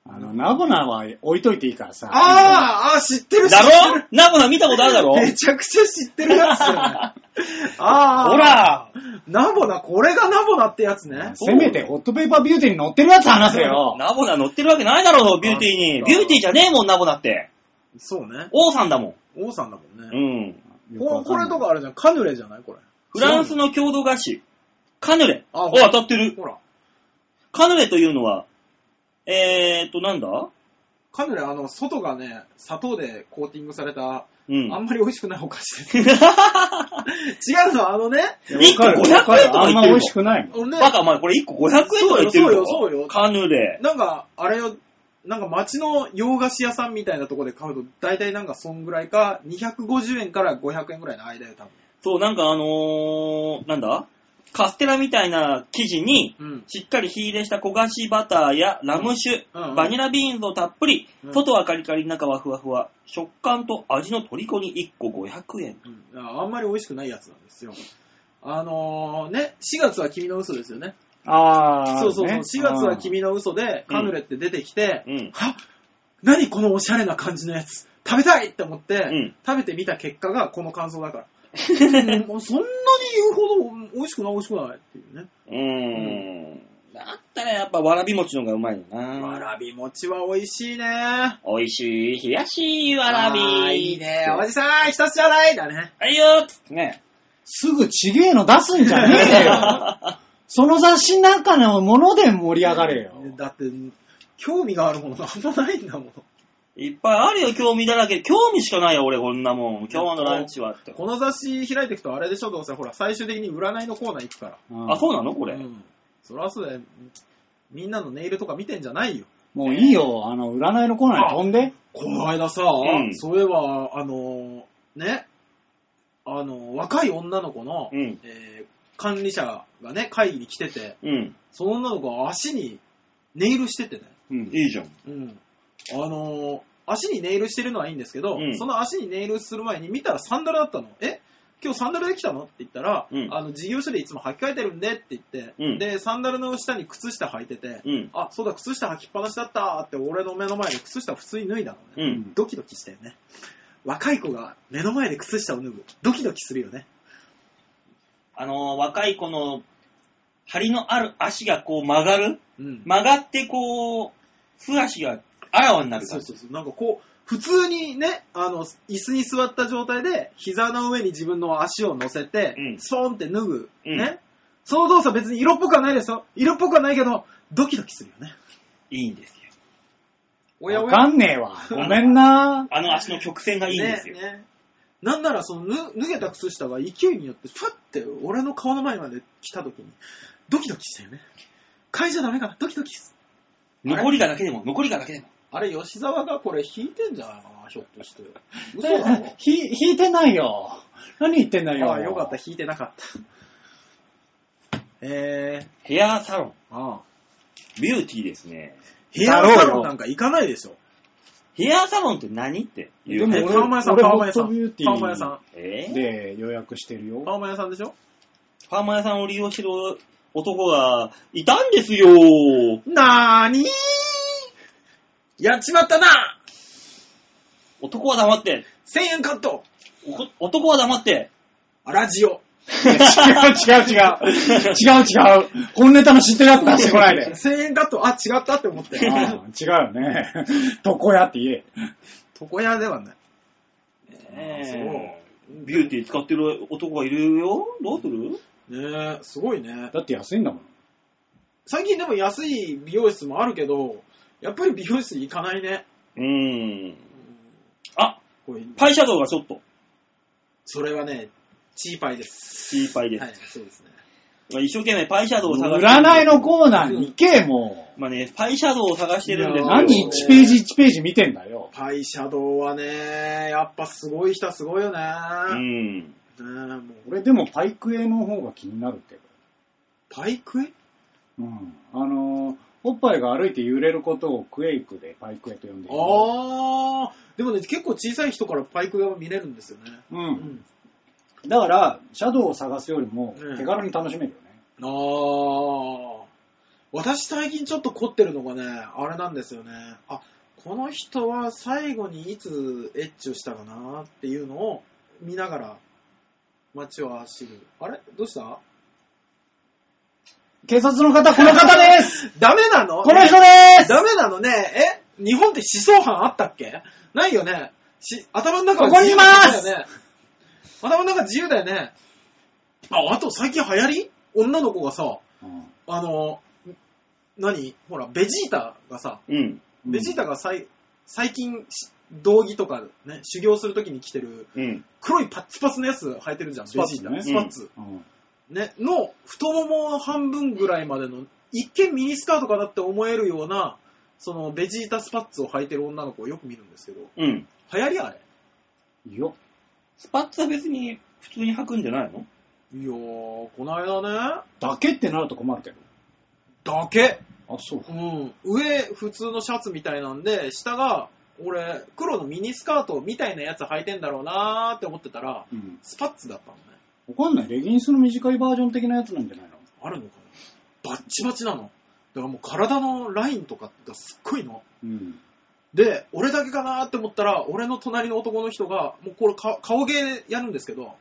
あの、ナボナは置いといていいからさ。 あー、あー、知ってるだろナボナ見たことあるだろめちゃくちゃ知ってるやつじゃない。あー。 ほらナボナ、これがナボナってやつね。 せめてホットペーパービューティーに載ってるやつ話せよ。 ナボナ載ってるわけないだろう、ビューティーに。ビューティーじゃねえもん、ナボナって。 そうね。 王さんだもん。王さんだもんね。 うん。これ、これとかあれじゃん。カヌレじゃないこれ。 フランスの郷土菓子。カヌレ。あ、お、当たってる。ほら。カヌレというのは、えーっと、なんだカヌレ、あの、外がね、砂糖でコーティングされた、うん、あんまり美味しくないお菓子です。違うの、あのね。 いっこごひゃくえんとか言ってるの。 あんま美味しくないの。 バカ、お前これいっこごひゃくえんとか言ってるの。 そうよ、そうよ、そうよ。 カヌレ。 なんか、あれよ、なんか街の洋菓子屋さんみたいなとこで買うと、だいたいなんかそんぐらいか、にひゃくごじゅうえんからごひゃくえんぐらいの間よ、多分。 そう、なんかあのー、なんだカステラみたいな生地に、しっかり火入れした焦がしバターやラム酒、うんうん、バニラビーンズをたっぷり、うん、外はカリカリ、中はふわふわ、食感と味の虜にいっこごひゃくえん、 うん。あんまり美味しくないやつなんですよ。あのー、ね、しがつは君の嘘ですよね。 あー。 そうそうそう、ね、しがつは君の嘘でカヌレって出てきて、うん、はっ、何このおしゃれな感じのやつ、食べたいって思って、うん、食べてみた結果がこの感想だから。もうそんなに言うほど美味しくない美味しくないっていうね。 うーん。うん、だったらやっぱわらび餅の方がうまいよな。 わらび餅は美味しいね。 美味しい、冷やしいわらび。 あいいね。おじさん、一つちょうだいだね。 はいよーつってね。 すぐちげえの出すんじゃねえよ。その雑誌の中のもので盛り上がれよ。 だって、興味があるものがあんまないんだもん。 いっぱいあるよ、興味だらけ。興味しかないよ、俺、こんなもん。今日のランチはって。 この雑誌開いていくとあれでしょ、どうせ。ほら、最終的に占いのコーナー行くから。 うん、あ、そうなのこれ。うん。そりゃそうだよ。みんなのネイルとか見てんじゃないよ。 もういいよ、あの、占いのコーナーに飛んで。 この間さ、うん、そういえば、あの、ね、あの、若い女の子の、うん、えー、管理者がね、会議に来てて、うん、その女の子は足にネイルしててね。 うん、いいじゃん。 うん。あのー、足にネイルしてるのはいいんですけど、うん、その足にネイルする前に見たらサンダルだったの。え今日サンダルで来たのって言ったら、うん、あの事業所でいつも履き替えてるんでって言って、うん、で、サンダルの下に靴下履いてて、うん、あ、そうだ、靴下履きっぱなしだったって俺の目の前で靴下普通に脱いだのね。うん、ドキドキしたよね。若い子が目の前で靴下を脱ぐ。ドキドキするよね。 あのー、若い子の張りのある足がこう曲がる、うん、曲がってこう、素足があらわになるから。 そうそうそう。なんかこう、普通にね、あの、椅子に座った状態で、膝の上に自分の足を乗せて、うん、スポーンって脱ぐ。うん、ね。その動作別に色っぽくはないですよ。色っぽくはないけど、ドキドキするよね。 いいんですよ。 おやおや。わかんねえわ。ごめんな。 あの足の曲線がいいんですよ。ねね、 なんならその脱げた靴下が勢いによって、ふわって俺の顔の前まで来た時に、ドキドキしたよね。変えちゃダメかな。ドキドキする。残りがだけでも、残りがだけでも。 あれ、吉沢がこれ引いてんじゃないかな、ひょっとして。嘘だろ。 ひ、引いてないよ。何言ってんだよ。 ああ、よかった、引いてなかった。えー、ヘアサロン。ああ。ビューティーですね。 ヘアサロンなんか行かないでしょ。 ヘアサロンって何って言う。でも、パーマ屋さん、パーマ屋さん。パーマ屋さん。 えー、で、予約してるよ。 パーマ屋さんでしょ。 パーマ屋さんを利用してる男がいたんですよ。 なーにーやっちまったな。 男は黙って。 せんえんカット。 男は黙って。 あ、ラジオ。 違う違う違う。違う違う。本ネタの知ってるやつ出してこないで。 せんえんカット。あ、違ったって思って。 ああ違うよね。床屋って言え。 床屋ではない。 えー、そうビューティー使ってる男がいるよ。どうする？ ねえ、すごいね。 だって安いんだもん。 最近でも安い美容室もあるけど、やっぱり美容室行かないね。 うーん。あ、パイシャドウがちょっと。 それはね、チーパイです。 チーパイです。 はい、そうですね。 一生懸命パイシャドウを探してる。 占いのコーナーに行け、もう。まあね、パイシャドウを探してるんですよ。 何いちページいちページ見てんだよ。 パイシャドウはね、やっぱすごい人はすごいよね。うん。 ねもう俺でもパイクエの方が気になるけど。 パイクエ？ うん。あのー、おっぱいが歩いて揺れることをクエイクでパイクエと呼んでいる。 あー。でもね、結構小さい人からパイクエは見れるんですよね。 うん。うんだから、シャドウを探すよりも手軽に楽しめるよね。 うん、あー。 私最近ちょっと凝ってるのがね、あれなんですよね。あ、この人は最後にいつエッチをしたかなっていうのを見ながら街を走る。あれどうした？ 警察の方、この方ですダメなの？ この人でーすダメなのね。え日本って思想犯あったっけ？ないよね。し頭の中はここにいます自由だよね。頭の中自由だよね。あ、あと最近流行り？女の子がさ、うん、あの、何ほら、ベジータがさ、うん、ベジータがさい最近、道着とかね、修行するときに着てる、うん、黒いパッツパツのやつ履いてるじゃん、ベジータ。スパッツ。うんね、の、太もも半分ぐらいまでの、一見ミニスカートかなって思えるような、その、ベジータスパッツを履いてる女の子をよく見るんですけど、うん。流行りあれ？ いや、スパッツは別に普通に履くんじゃないの？ いやー、この間ね。 だけってなると困るけど。 だけ？ あ、そう。 うん。上、普通のシャツみたいなんで、下が、俺、黒のミニスカートみたいなやつ履いてんだろうなーって思ってたら、うん、スパッツだったのね。 わかんない。レギンスの短いバージョン的なやつなんじゃないの？ あるのかな？バッチバチなの。だからもう体のラインとかがすっごいの。うん。で、俺だけかなーって思ったら、俺の隣の男の人が、もうこれか顔芸やるんですけど、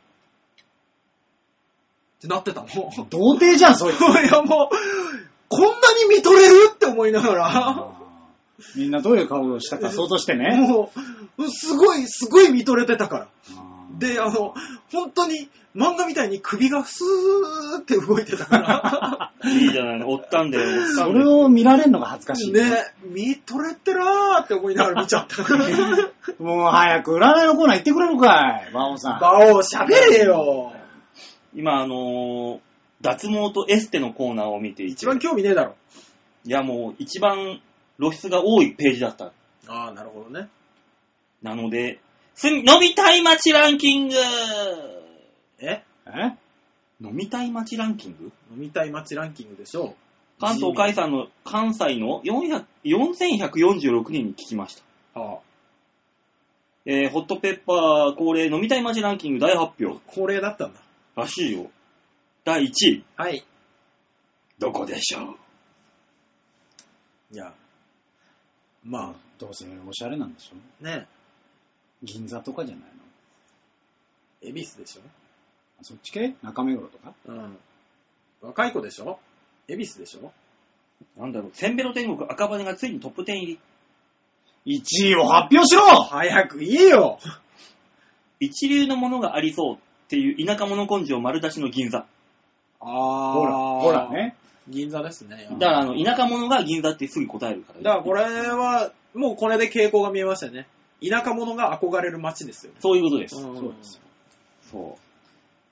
ってなってたの。 童貞じゃん、そいつ。いやもう、こんなに見とれるって思いながら。 みんなどういう顔をしたか想像してね。 もう、すごい、すごい見とれてたから。で、あの、本当に漫画みたいに首がスーって動いてたから。 いいじゃないの、おったんだよ。 それを見られるのが恥ずかしい。 ね、見とれてらーって思いながら見ちゃった。 もう早く占いのコーナー行ってくれるかい、馬王さん。 馬王、喋れよ。 今、あのー、脱毛とエステのコーナーを見ていて。 一番興味ねえだろ。 いや、もう一番露出が多いページだった。 ああ、なるほどね。 なので、飲みたい街ランキングええ飲みたい街ランキング飲みたい街ランキングでしょう。 関東海産の関西のよんせんひゃくよんじゅうろくにんに聞きました。はあえー、ホットペッパー恒例飲みたい街ランキング大発表。 恒例だったんだ。 らしいよ。だいいちい。 はい。 どこでしょう？ いや、まあ、 どうせおしゃれなんでしょね。 銀座とかじゃないの？ 恵比寿でしょ？ そっち系？中目黒とか？ うん。若い子でしょ？恵比寿でしょ？ なんだろう、せんべろ天国赤羽がついにトップじゅう入り。 いちいを発表しろ！ 早く言えよ！ 一流のものがありそうっていう田舎者根性丸出しの銀座。 あー。 ほら、ほらね。 銀座ですね。 だからあの、田舎者が銀座ってすぐ答えるから。 だからこれは、もうこれで傾向が見えましたよね。田舎者が憧れる街ですよね。 そういうことです。 うん、そうです。 そう。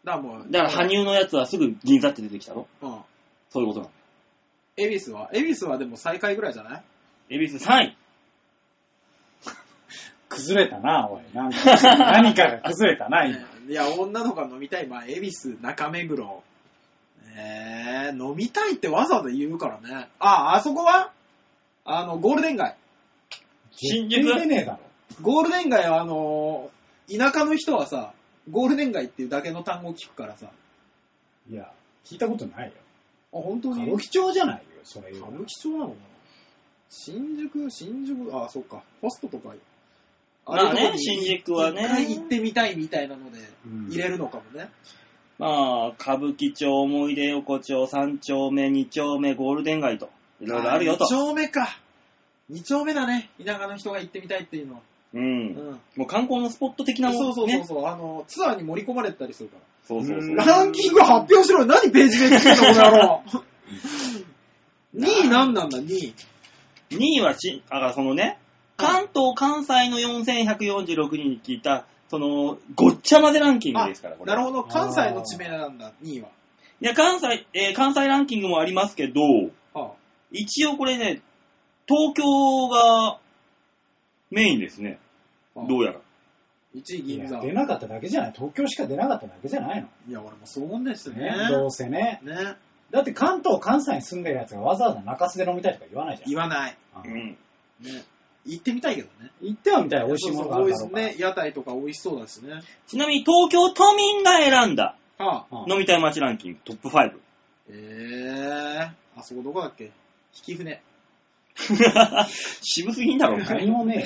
だからもう。 だから羽生のやつはすぐ銀座って出てきたろ？うん。そういうことなの。 恵比寿は恵比寿はでも最下位ぐらいじゃない？ 恵比寿さんい。 崩れたな、おい。なんか何かが崩れたな、今。 いや、女の子が飲みたい。まあ、恵比寿、中目黒。えー、飲みたいってわざわざ言うからね。あ、あそこはあの、ゴールデン街。 新宿出ねえだろ。 ゴールデン街は、あのー、田舎の人はさ、ゴールデン街っていうだけの単語を聞くからさ。 いや、聞いたことないよ。 あ、本当に？ 歌舞伎町じゃないよ、それ。 歌舞伎町なのかな？新宿、新宿、あ、そっか。ホストとか。 まあね、新宿はね。 一回行ってみたいみたいなので、入れるのかもね。 うん、まあ、歌舞伎町、思い出横丁、三丁目、二丁目、ゴールデン街と、いろいろあるよと。 二丁目か。二丁目だね。田舎の人が行ってみたいっていうのは。 うん。うん、もう観光のスポット的なもの、ね。 そうそうそうそう。あの、ツアーに盛り込まれたりするから。 そうそうそう。 ランキング発表しろよ。何ページで作るのこの野郎。にい何なんだ、にい。 にいはし、だからそのね、関東、関西のよんせんひゃくよんじゅうろくにんに聞いた、その、ごっちゃ混ぜランキングですから、これ。 なるほど、関西の地名なんだ、にいは。 いや、関西、えー、関西ランキングもありますけど、はあ、一応これね、東京がメインですね。はあ、どうやら。 いちい銀座。 出なかっただけじゃない？東京しか出なかっただけじゃないの？ いや、俺もそう思うんですよね。 ね、どうせね。 ね。 だって関東、関西に住んでるやつがわざわざ中洲で飲みたいとか言わないじゃん。 言わない。 うん。 ね。行ってみたいけどね。 行ってはみたい美味しいものがあるだろうから。 ね、屋台とか美味しそうだしね。 ちなみに東京都民が選んだ、 はあ、 飲みたい街ランキングトップファイブ。 えー、あそこどこだっけ？ 引き船。 渋すぎんだろう何もね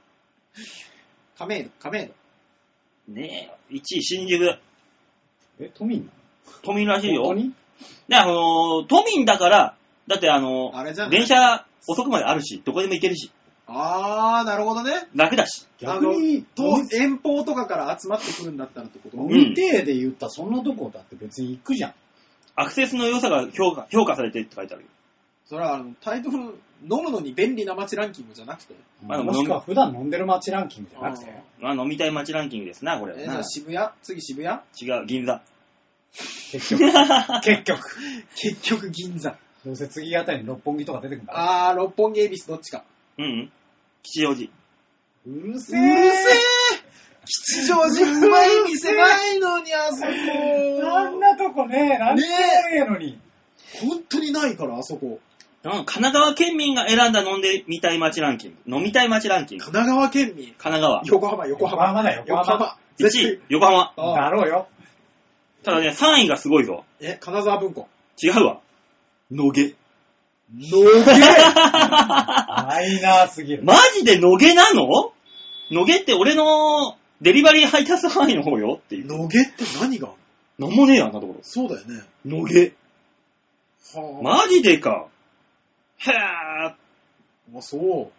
亀戸、亀戸。 ねえ、いちい新宿。 え。え、都民なの？ 都民らしいよ。 本当に？ で、あのー、都民だから、だってあのー、 あれじゃん。 電車遅くまであるし、どこでも行けるし。 あー、なるほどね。 楽だし。 逆に、 遠方とかから集まってくるんだったらってこと？ 飲みてーで言ったらそんなとこだって別に行くじゃん。 アクセスの良さが評価、評価されてるって書いてあるよ。 それはあの、タイトル、飲むのに便利な街ランキングじゃなくて。 まあ、 もしくは普段飲んでる街ランキングじゃなくて。 まあ、飲みたい街ランキングですな、これはえー、じゃあ渋谷？次渋谷？ 違う、銀座。 結局。結局。 結局銀座。 どうせ次あたりに六本木とか出てくるんだ。 あー、六本木恵比寿どっちか。 うんうん。吉祥寺。 うるせー。 うるせー。吉祥寺うまい店ないのに、あそこ。 あんなとこね、なんでもねえのに。 本当にないから、あそこ。 うん、神奈川県民が選んだ飲んでみたい街ランキング。飲みたい街ランキング。 神奈川県民。 神奈川。 横浜、横浜。 横浜だよ、横浜。 いちい、横浜。 だろうよ。 ただね、さんいがすごいぞ。 え、金沢文庫。 違うわ。野毛。 野毛マイナーすぎる。 マジで野毛なの？野毛って俺のデリバリー配達範囲の方よっていう。 野毛って何が？ なんもねえよ、あんなところ。 そうだよね。 野毛。 はあ。 マジでか。へぇー。あ、そう。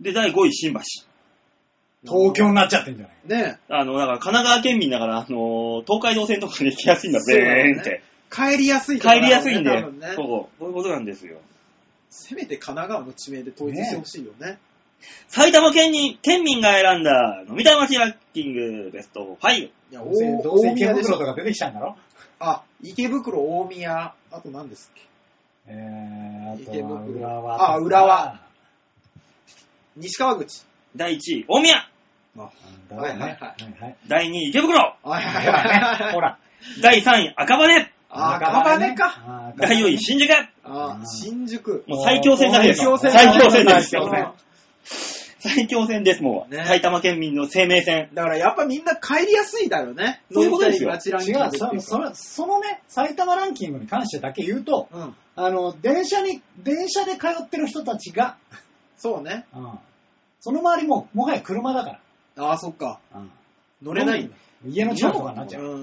で、だいごい、新橋。 東京になっちゃってんじゃない？ ねあの、だから神奈川県民だから、あのー、東海道線とかに行きやすいんだ、 そうだねぜーんって。 帰りやすい、 帰りやすいんで、 ね、多分ね。 そう、そういうことなんですよ。 せめて神奈川の地名で統一してほしいよね。ね、 埼玉県に県民が選んだ飲みたい街ランキングベストご。 いや、 どうせ、どうせ池袋とか出てきちゃうんだろ？ あ、池袋、大宮、あと何ですっけ？ えー、あと池は袋。 浦和。 あ、浦和。西川口。 だいいちい、大宮。 あ、 はいはいはいはい。 だいにい、池袋。 はいはいはい。 ほら。 だいさんい、赤羽。 あ、赤羽か。 だいよんい、新宿。 あ、新宿。 もう最強戦だけですよ。 最最強戦でですよ。最強戦です、もう。埼玉県民の生命線。 だからやっぱみんな帰りやすいだろうね。 そういうことですよ。 違う、その、そのね、埼玉ランキングに関してだけ言うと、あの、電車に、電車で通ってる人たちが、 そうね。 うん。その周りも、もはや車だから。 ああ、そっか。 うん。 乗れないんだ。 家の近くとかになっちゃう。 うん。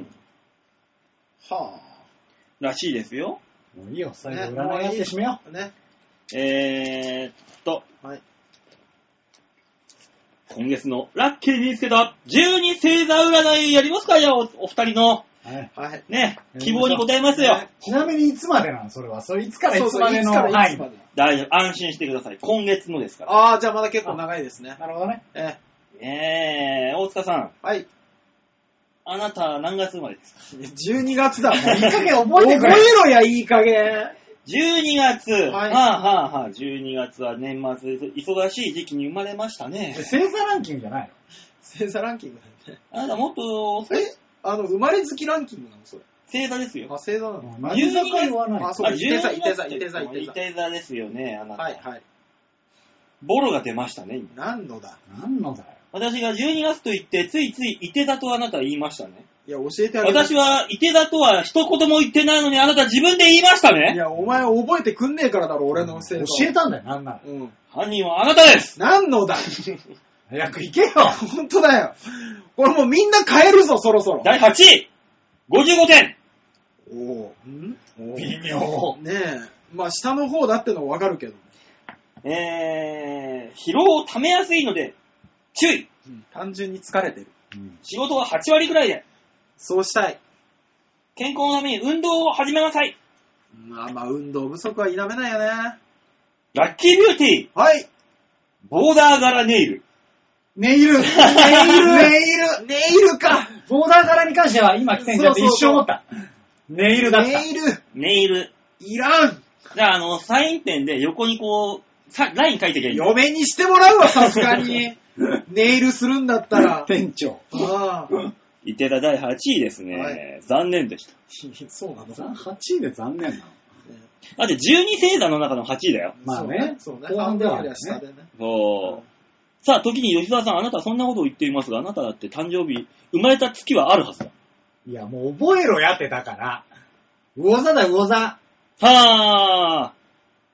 はあ。 らしいですよ。 もういいよ、最後占いやって締めよう。ね。 えーっと。 はい。 今月のラッキーにつけたじゅうに星座占いやりますか？じゃあお、お二人の。 はい。 はい。 ね、希望に応えますよ。 ね、ちなみにいつまでなのそれは。それいつからいつまでの範囲。 大丈夫。安心してください。今月のですから。 ああ、じゃあまだ結構長いですね。 なるほどね。 ええ。えー、大塚さん。 はい。 あなた何月生まれですか？ じゅうにがつだ。 いい加減覚えてくれ。 覚えろや、いい加減。 じゅうにがつ。はい。 はあはあはあ、じゅうにがつは年末、忙しい時期に生まれましたね。 星座ランキングじゃないの？ 星座ランキングだよね。 あなたもっと、 えあの、生まれ月ランキングなのそれ。 星座ですよ。 あ、星座なの何座か言わない。 あ、そう、いて座、いて座、いて座、いて座。 いて座ですよね、あなた。 はい、はい。 ボロが出ましたね、今。 何のだ何のだよ。 私がじゅうにがつと言って、ついついいて座とあなたは言いましたね。 いや、教えてあげて。 私はいて座とは一言も言ってないのにあなた自分で言いましたね。 いや、お前覚えてくんねえからだろ、俺の星座。 教えたんだよ、なんなら。 うん。 犯人はあなたです。 何のだ早く行けよ。 ほんとだよ。これもうみんな変えるぞ、そろそろ。 だいはちい、ごじゅうごてん。 おぉ。ん微妙。 ねえ。まあ、下の方だってのはわかるけど。 えー、疲労をためやすいので、注意。 うん、単純に疲れてる。 うん、 仕事ははちわりくらいで。 そうしたい。 健康のために運動を始めなさい。 まあまあ、運動不足は否めないよね。 ラッキービューティー。 はい。 ボーダー柄ネイル。 ネイル。ネイル。 ネイル。ネイルか。 ボーダー柄に関しては今来てんじゃんって一生思った。ネイルだった。 ネイル。 ネイル。 いらん。 じゃあ、あの、サインペンで横にこう、さライン書いてきゃいい。 嫁にしてもらうわ、さすがに。ネイルするんだったら。 店長。 ああ。 いてただいはちいですね。はい、残念でした。 そうなの ? はちいで残念なの。 だってじゅうに星座の中のはちいだよ。 まあね。 そうね。 後半ではね。 そう。さあ、時に吉沢さん、あなたはそんなことを言っていますが、あなただって誕生日、生まれた月はあるはずだ。 いや、もう覚えろやってだから。魚座だ、魚座。 はあ。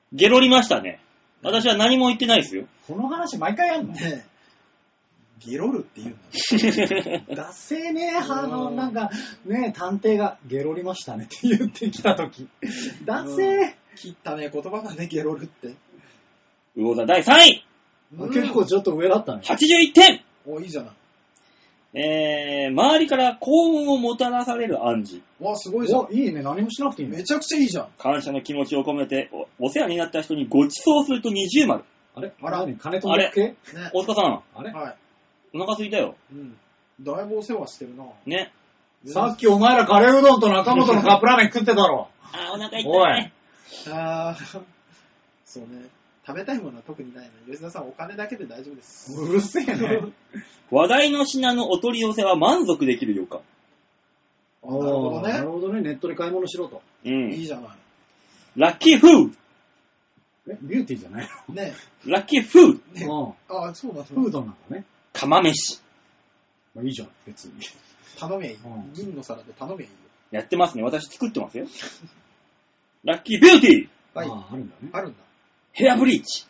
ゲロりましたね。私は何も言ってないですよ。 この話毎回やんのねゲロるって言うんだ。 ダセーね、あの、なんか、ね、探偵がゲロりましたねって言ってきたとき。ダセー。 切ったね、言葉がね、ゲロるって。 魚座だいさんい、 うん、結構ちょっと上だったね。 はちじゅういってん。 お、いいじゃない。 えー、周りから幸運をもたらされる暗示。 わ、すごいじゃん。 いいね、何もしなくていいね。 めちゃくちゃいいじゃん。 感謝の気持ちを込めてお、お世話になった人にご馳走すると二重丸。 あれあら、金飛んでっけね、 大塚さん。 あれはい。 お腹空いたよ。 うん。だいぶお世話してるな。 ね。 さっきお前らカレーうどんと中本のカップラーメン食ってたろ。 あー、お腹痛い、ね。 おい。 あー、そうね。食べたいものは特にないの。吉田さん、お金だけで大丈夫です。 うるせえね。 話題の品のお取り寄せは満足できる予感。 なるほどね。 なるほどね。ネットで買い物しろと。 うん。 いいじゃない。 ラッキーフーえ、ビューティーじゃないのね。 ラッキーフーね。 うん。 ああ、そうなんだ。 フードなんだね。 釜飯。 まあいいじゃん、別に。 頼めいい。 うん銀の皿で頼めいいよ。 やってますね。私作ってますよ。ラッキービューティー。 はい。 ああ、あるんだね。 あるんだ。 ヘアブリーチ。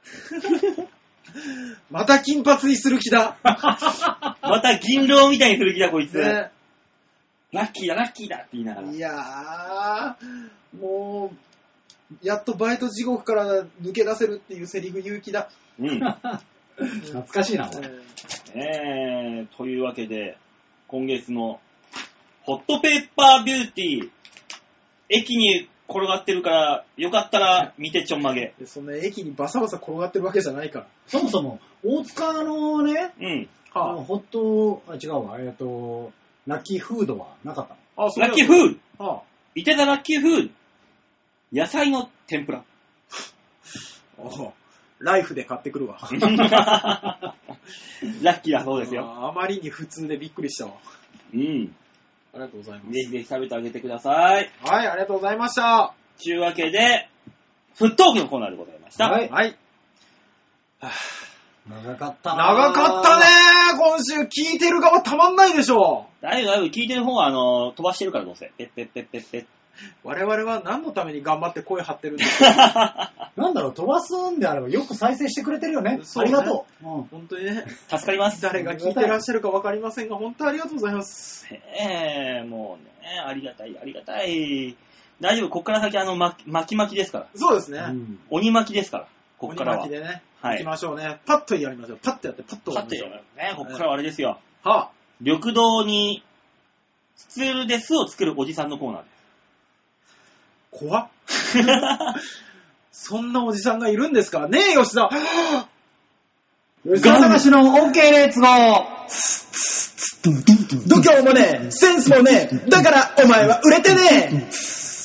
また金髪にする気だ。 また銀狼みたいにする気だ、こいつ。 ね。 ラッキーだ、ラッキーだって言いながら。 いやー、もう、やっとバイト地獄から抜け出せるっていうセリフ勇気だ。 うん。 懐かしいな、これ。 えー、というわけで、今月のホットペッパービューティー、駅に転がってるから、よかったら見てちょんまげ。 でそんな駅にバサバサ転がってるわけじゃないから。 そもそも、大塚のね、 うん。 あのホット、あ、違うわ、えっと、ラッキーフードはなかったの？ あ、 ラッキーフード。 はいてたラッキーフード。野菜の天ぷら。 あ、ライフで買ってくるわ。 ラッキーだそうですよ。 あ, あまりに普通でびっくりしたわ。 うん。 ありがとうございます。 ぜひぜひ食べてあげてください。 はい、ありがとうございました。 というわけで、フットークのコーナーでございました。 はい。はい。 はあ、長かったな。 長かったねー。今週聞いてる側たまんないでしょ。 だいぶだいぶ聞いてる方は、あの、飛ばしてるからどうせ。ペッペッペッペッペッ。 我々は何のために頑張って声張ってるんですか。 なんだろう、飛ばすんであればよく再生してくれてるよね。 そうね、 ありがとう。うん、 本当にね。 助かります。 誰が聞いてらっしゃるか分かりませんが、本当にありがとうございます。 ええー、もうね、ありがたい、ありがたい。大丈夫、こっから先、あの、巻き巻き巻きですから。 そうですね。 うん、 鬼巻きですから、こっからは。 鬼巻きでね、 はい、 行きましょうね。パッとやりましょう。パッとやって、パッとパッとやりましょうね。こっからはあれですよ。 はあ、 緑道に、スツールで巣を作るおじさんのコーナーです。 怖っ。そんなおじさんがいるんですかねえ、吉田。 吉田隆の OK レッツゴー。 度胸もねえ、センスもねえ、だからお前は売れてねえ。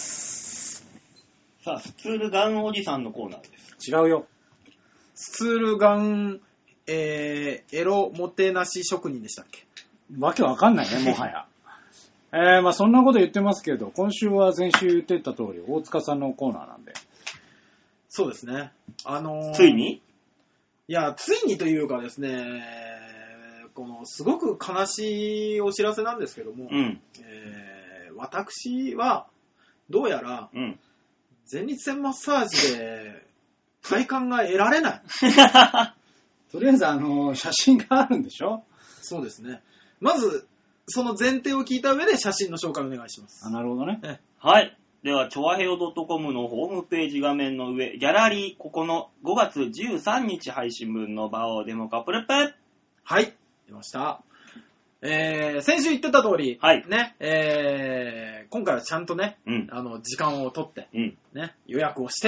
さあ、スツールガンおじさんのコーナーです。 違うよ。 スツールガン、えー、エロもてなし職人でしたっけ？ わけわかんないね、もはや。えー、まあそんなこと言ってますけど、今週は先週言ってた通り、大塚さんのコーナーなんで。 そうですね。あのー、 ついに？ いや、ついにというかですね、この、すごく悲しいお知らせなんですけども、 うん、 えー、私は、どうやら、 うん、 前立腺マッサージで、快感が得られない。 とりあえず、あのー、写真があるんでしょ？ そうですね。まず、その前提を聞いた上で写真の紹介お願いします。 あ、なるほどね。 はい。では、チョアヘヨ .com のホームページ画面の上、ギャラリー、ここのごがつじゅうさんにち配信分の場をデモカップルップ。 はい。出ました。えー、先週言ってた通り、 はい。 ね、えー、今回はちゃんとね、 うん、 あの、時間を取って、 うん、 ね、予約をして、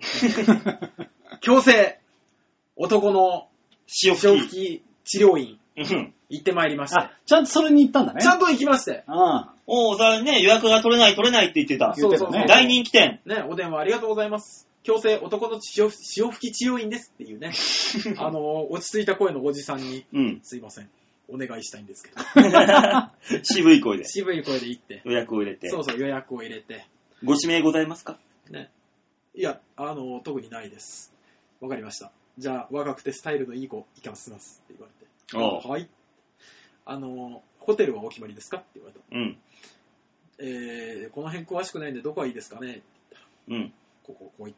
強制、男の潮吹き治療院、 うん。 行ってまいりました。 あ、ちゃんとそれに行ったんだね。 ちゃんと行きまして。 うん。 おー、さね、予約が取れない取れないって言ってた。 そうそうそう。 大人気店。 ね、お電話ありがとうございます。強制男の潮潮吹き治療院ですっていうね、あの、落ち着いた声のおじさんに、 うん。 すいません、お願いしたいんですけど。 渋い声で。 渋い声で行って。 予約を入れて。 そうそう、予約を入れて。 ご指名ございますか？ ね。いや、あの、特にないです。わかりました。じゃあ、若くてスタイルのいい子、行かせますって言われて。はい。あの、ホテルはお決まりですかって言われた。 うん。 えー、この辺詳しくないんでどこがいいですかねって言ったら。 うん。 ここ、こう行って。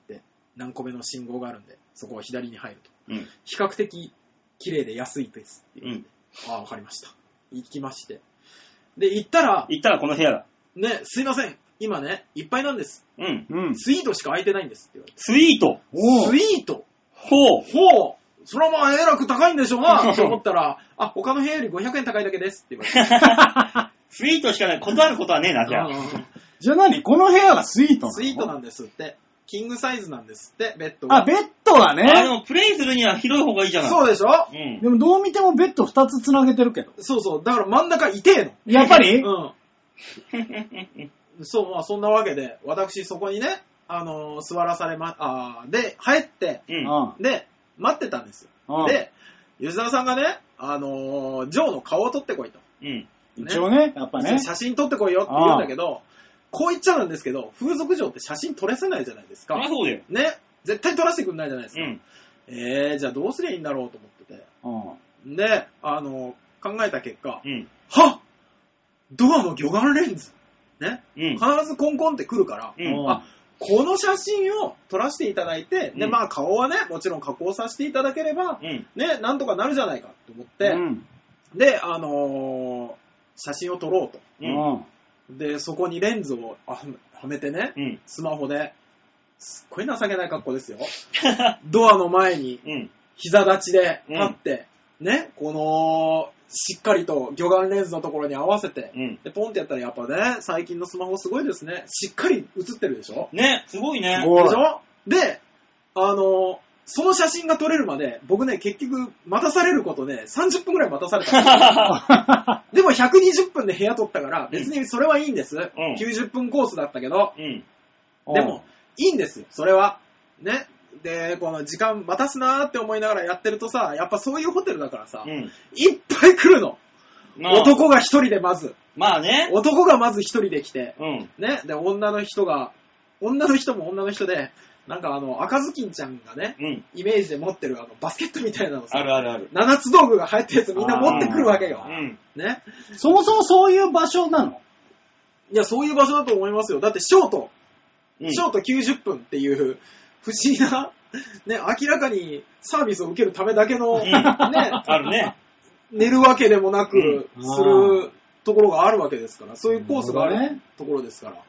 何個目の信号があるんで、そこを左に入ると。 うん、 比較的綺麗で安いですって言って、 うん、 ああ、わかりました。行きまして。で、行ったら、 行ったらこの部屋だ。 ね、すいません。今ね、いっぱいなんです。 うん。 うん。スイートしか空いてないんですって言われて。 スイートスイートほうほうそれはまあ、えらく高いんでしょうなって思ったら、あ、他の部屋よりごひゃくえん高いだけですって言われて。 スイートしかない。断ることはねえな、じゃあ。 じゃあ何この部屋がスイートなの？ スイートなんですって。キングサイズなんですって、ベッドが。 あ、ベッドはね。 あ、でもプレイするには広い方がいいじゃない。 そうでしょ、 うん、 でもどう見てもベッドふたつ繋げてるけど。 そうそう。だから真ん中痛えの。 やっぱりうん。そう、まあそんなわけで、私そこにね、あのー、座らされま、あで、入って、 うん、 で、待ってたんですよ。で、吉沢さんがね、あのー、ジョーの顔を撮ってこいと。 うん。 一応ね、やっぱね。 写真撮ってこいよって言うんだけど、こう言っちゃうんですけど、風俗嬢って写真撮れせないじゃないですか。 あ、そうだよ。 ね。絶対撮らせてくんないじゃないですか。 うん、 えー、じゃあどうすりゃいいんだろうと思ってて。うん、で、あのー、考えた結果、 うん、 はっドアの魚眼レンズ。ね。 うん、 必ずコンコンって来るから、 うん、 あ、この写真を撮らせていただいて、うん、で、まあ顔はね、もちろん加工させていただければ、うん、ね、なんとかなるじゃないかと思って、うん、で、あのー、写真を撮ろうと。うん、で、そこにレンズをはめてね、うん、スマホで、すっごい情けない格好ですよ。ドアの前に、膝立ちで立って、うん、ね、この、しっかりと魚眼レンズのところに合わせて、うん、で、ポンってやったらやっぱね、最近のスマホすごいですね。しっかり映ってるでしょ？ ね、すごいね。 でしょ？で、あの、その写真が撮れるまで、僕ね、結局、待たされることね、さんじゅっぷんくらい待たされた。でもひゃくにじゅっぷんで部屋撮ったから、別にそれはいいんです。うん、きゅうじゅっぷんコースだったけど、うん、でも、いいんですよ、それは。ね。で、この時間待たすなーって思いながらやってるとさ、やっぱそういうホテルだからさ、うん、いっぱい来るの。まあ、男が一人でまず。 まあね。 男がまず一人で来て、 うん、 ね。で、女の人が、女の人も女の人で、なんかあの、赤ずきんちゃんがね、うん、イメージで持ってるあの、バスケットみたいなのさ、 あるあるある。 七つ道具が入ったやつみんな持ってくるわけよ。うん、ね。 そもそもそういう場所なの？ いや、そういう場所だと思いますよ。だってショート、うん、ショートきゅうじゅっぷんっていう、不思議な、ね、明らかにサービスを受けるためだけの、ね、 あるね。 寝るわけでもなく、するところがあるわけですから、そういうコースがあるところですから。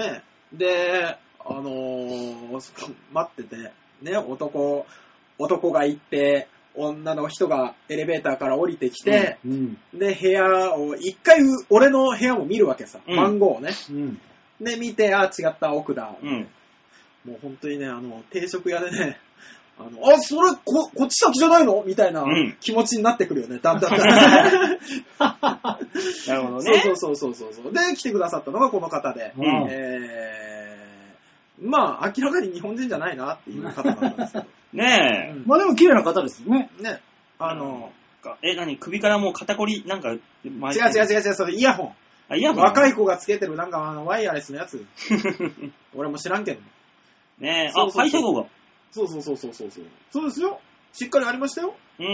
ね。で、あのー、待ってて、ね、男、男が行って、女の人がエレベーターから降りてきて、うんうん、で、部屋を、一回、俺の部屋も見るわけさ、うん、番号をね。うん、で、見て、あ、違った奥だ。うんもう本当にね、あの、定食屋でね、あの、あ、それ、こ、こっち先じゃないのみたいな気持ちになってくるよね、だんだんだん。 なるほどね。 そうそうそうそうそう。で、来てくださったのがこの方で、うん、えー、まあ、明らかに日本人じゃないなっていう方だったんですけど。 ねえ、 うん。まあでも綺麗な方ですよね。 ね。あの、 え、何首からもう肩こり、なんか、違う違う違う違う、それイヤホン。 あ、イヤホン若い子がつけてる、なんかあの、ワイヤレスのやつ。俺も知らんけど。 ねえ、あ、配車号が。 そうそうそうそうそう。そうですよ。しっかりありましたよ。うん。うん。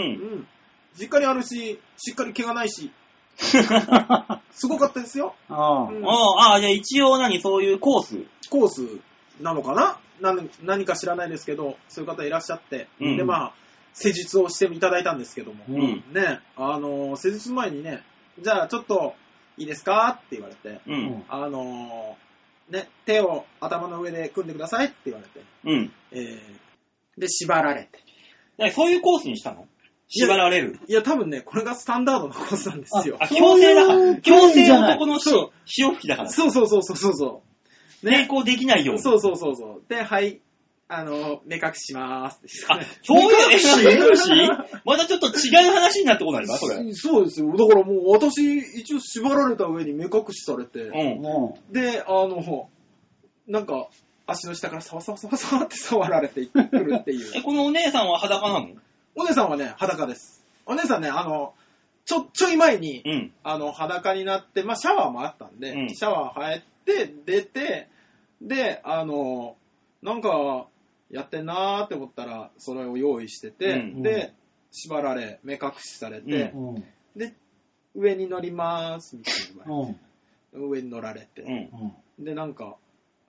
しっかりあるし、しっかり毛がないし。すごかったですよ。 ああ、うん、ああ、じゃあ一応何、そういうコースコースなのかな何、何か知らないですけど、そういう方いらっしゃって。うん、で、まあ、施術をしていただいたんですけども。うん、ね、あの、施術前にね、じゃあちょっと、いいですかって言われて。うん、あの、ね、手を頭の上で組んでくださいって言われて。うん。えー、で、縛られて。そういうコースにしたの？縛られる。 いや、多分ね、これがスタンダードなコースなんですよ。 あ、強制だから。強制男の潮吹きだから。 そうそうそうそうそう。 ね、抵抗できないように。 そうそうそうそう。で、はい、あの、目隠しまーす。 あ、そういうしまたちょっと違う話になってこないかそれ。 そうですよ。だからもう私、一応縛られた上に目隠しされて、うん、で、あの、なんか、足の下からサワサワサワサワって触られてくるっていう。 え、このお姉さんは裸なの？ お姉さんはね、裸です。お姉さんね、あの、ちょ、ちょい前に、うん、あの、裸になって、まあ、シャワーもあったんで、うん、シャワー入って、出て、で、あの、なんか、やってんなーって思ったら、それを用意してて、うん、で、縛られ、目隠しされて、うん、で、上に乗りまーす、みたいな、うん。上に乗られて、うん、で、なんか、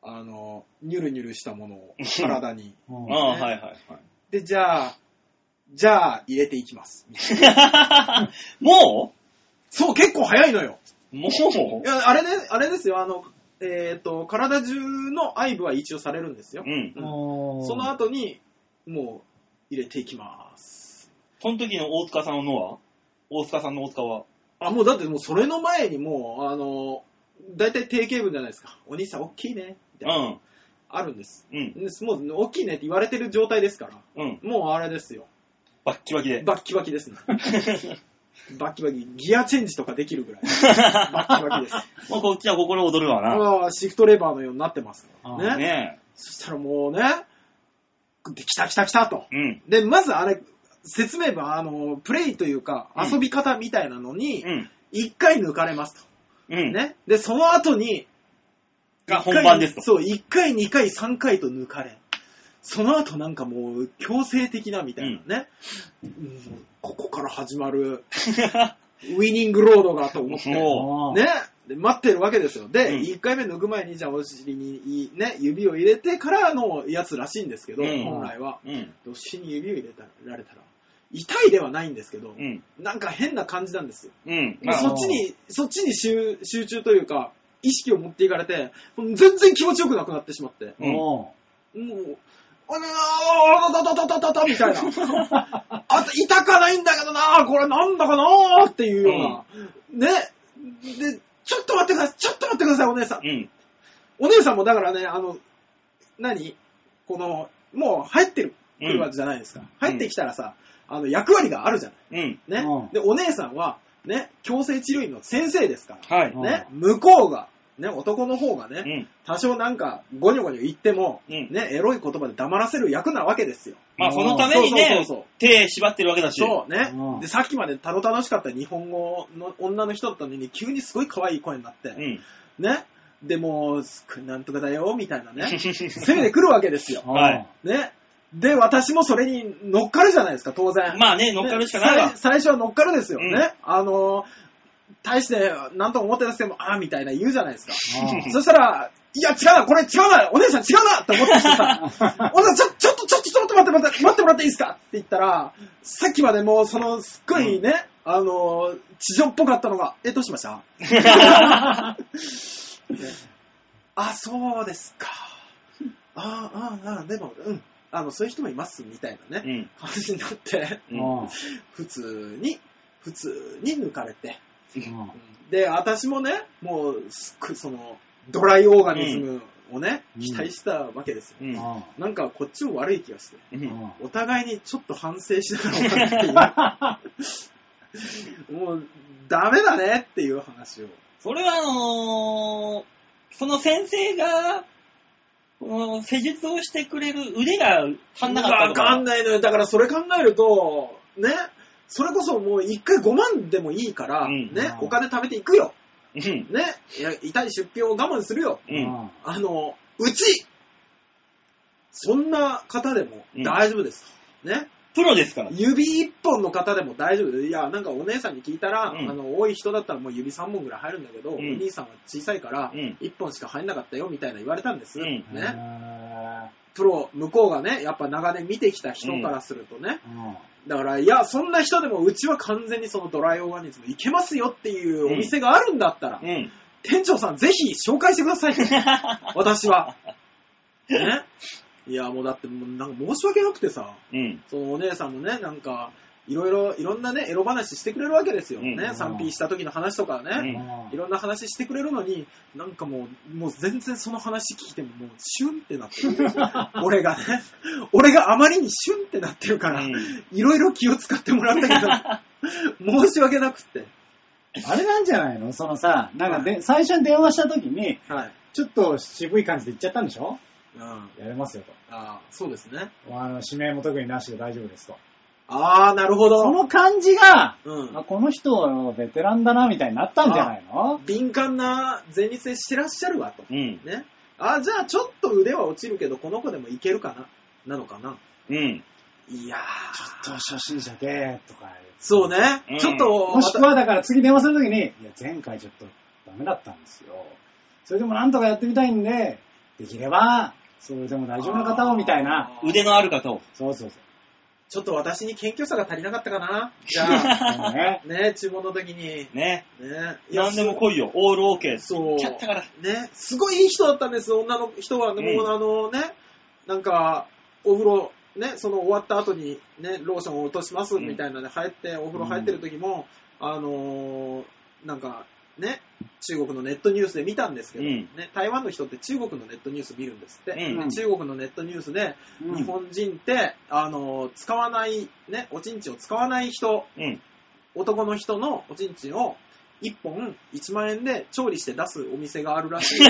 あの、ニュルニュルしたものを体に。 ああ、はいはいはい。 で、じゃあ、じゃあ入れていきます。 もうそう、結構早いのよ。 もういや、あれね、あれですよ、あの、えっ、ー、と、体中の愛部は一応されるんですよ。うん。うん、その後に、もう、入れていきます。 その時の大塚さんの脳は大塚さんの大塚はあ、もうだってもうそれの前にもう、あの、だいたい定型文じゃないですか。お兄さん大きいね。みたいな。うん。あるんです。うん。もう大きいねって言われてる状態ですから。うん。もうあれですよ。 バッキバキで。 バッキバキですね。バッキバキ。ギアチェンジとかできるぐらい。バッキバキです。 もうこっちは心躍るわな。 ああ、シフトレバーのようになってますからね。ねえ。そしたらもうね、で、来た来た来たと。うん。で、まずあれ、説明文、あの、プレイというか、遊び方みたいなのに、いっかい抜かれますと。うん。ね。で、その後に、 が本番ですと。 そう、いっかい、にかい、さんかいと抜かれ。その後なんかもう強制的なみたいなね、うんうん、ここから始まるウィニングロードがと思ってねで待ってるわけですよ。で、うん、いっかいめ抜く前にじゃあお尻に、ね、指を入れてからのやつらしいんですけど、うん、本来は、うん、どっしに指を入れたられたら痛いではないんですけど、うん、なんか変な感じなんですよ、うんまあ、そっちにそっちに 集, 集中というか意識を持っていかれて全然気持ちよくなくなってしまって、うん、もうあのー、あたたたたたたみたいな。あと、痛かないんだけどなこれなんだかなっていうような。うん、ね。で、ちょっと待ってください。ちょっと待ってください、お姉さん。うん、お姉さんもだからね、あの、何この、もう入ってる、来るわけじゃないですか。うん、入ってきたらさ、あの、役割があるじゃない。うん、ね、うん。で、お姉さんは、ね、矯正治療院の先生ですから。はい。ね、向こうが、ね、男の方がね、うん、多少なんかゴニョゴニョ言っても、うん、ね、エロい言葉で黙らせる役なわけですよ。 まあそのためにね、そうそうそうそう手縛ってるわけだし。 そうね、うん。で、さっきまでたど楽しかった日本語の女の人だったのに、急にすごい可愛い声になって、うん、ね。でも、なんとかだよ、みたいなね、攻めてくるわけですよ。はい。ね。で、私もそれに乗っかるじゃないですか、当然。 まあね、乗っかるしかないわ、 ね、最初は乗っかるですよね。うん、あのー、大して何とも思ってなくても、あーみたいな言うじゃないですか。そしたら、いや違うな、これ違うな、お姉さん違うなって思ってさ、お姉さんちょ、ちょっと、ちょっと、ちょっと待って待って、待ってもらっていいですかって言ったら、さっきまでもうその、すっごいね、うん、あの、地上っぽかったのが、え、どうしました、ね、あ、そうですか。ああ、ああ、でも、うん。あの、そういう人もいます、みたいなね、うん、感じになって、うん、普通に、普通に抜かれて、うん、で、私もね、もう、すっごいその、ドライオーガニズムをね、うん、期待したわけですよ、うん。なんか、こっちも悪い気がして、うん、お互いにちょっと反省しながらっていう、もう、ダメだねっていう話を。 それは、あのー、その先生が、施術をしてくれる腕が足んなかったとか。 わかんないのよ。だからそれ考えると、ね、それこそもう一回ごまんでもいいから、うん、ね、お金貯めていくよ。うん、ね、いや痛い出費を我慢するよ。うん、あの、うち、そんな方でも大丈夫です。うん、ね。 プロですから。 指一本の方でも大丈夫です。いや、なんかお姉さんに聞いたら、うん、あの、多い人だったらもう指さんぼんぐらい入るんだけど、うん、お兄さんは小さいから、いっぽんしか入んなかったよ、みたいな言われたんです。うん、ね。プロ、向こうがね、やっぱ長年見てきた人からするとね。うん、だから、いや、そんな人でもうちは完全にそのドライオーガニズムいけますよっていうお店があるんだったら、うんうん、店長さんぜひ紹介してください。私は。ね。いや、もうだってもうなんか申し訳なくてさ、うん、そのお姉さんもね、なんか、いろいろ、いろんなね、エロ話してくれるわけですよ。うん、ね、さんピーした時の話とかね、うん、いろんな話してくれるのに、なんかもう、もう全然その話聞いてももう、シュンってなってる。俺がね、俺があまりにシュンってなってるから、いろいろ気を使ってもらったけど、申し訳なくって。 あれなんじゃないのそのさ、なんかで、はい、最初に電話した時に、はい、ちょっと渋い感じで言っちゃったんでしょうん、やれますよと。 ああ、そうですね。 あの指名も特になしで大丈夫ですと。 ああ、なるほど。 その感じが、うん、あこの人はベテランだなみたいになったんじゃないの？ 敏感な前立腺してらっしゃるわと。うん、ね。あ、じゃあちょっと腕は落ちるけどこの子でもいけるかななのかな。うん。いやー、ちょっと初心者でとか。 そうね。うん、ちょっともしくはだから次電話するときに、いや前回ちょっとダメだったんですよ。それでもなんとかやってみたいんで。 できれば、それでも大丈夫な方をみたいな。 腕のある方を。 そうそうそう。 ちょっと私に謙虚さが足りなかったかな。じゃあ、ね、ね、注文の時に。 ね。 ね。 何でも来いよ。オールオーケー。 そう。 キャッタから。 ね。すごいいい人だったんです、女の人は。でも、うん、あのね、なんか、お風呂、ね、その終わった後にね、ローションを落としますみたいなので入って、お風呂入ってる時も、うん、あのー、なんか、ね、中国のネットニュースで見たんですけど、うん、ね、台湾の人って中国のネットニュース見るんですって、うん、中国のネットニュースで、うん、日本人って、あのー、使わない、ね、おちんちんを使わない人、うん、男の人のおちんちんをいっぽんいちまんえんで調理して出すお店があるらしいね。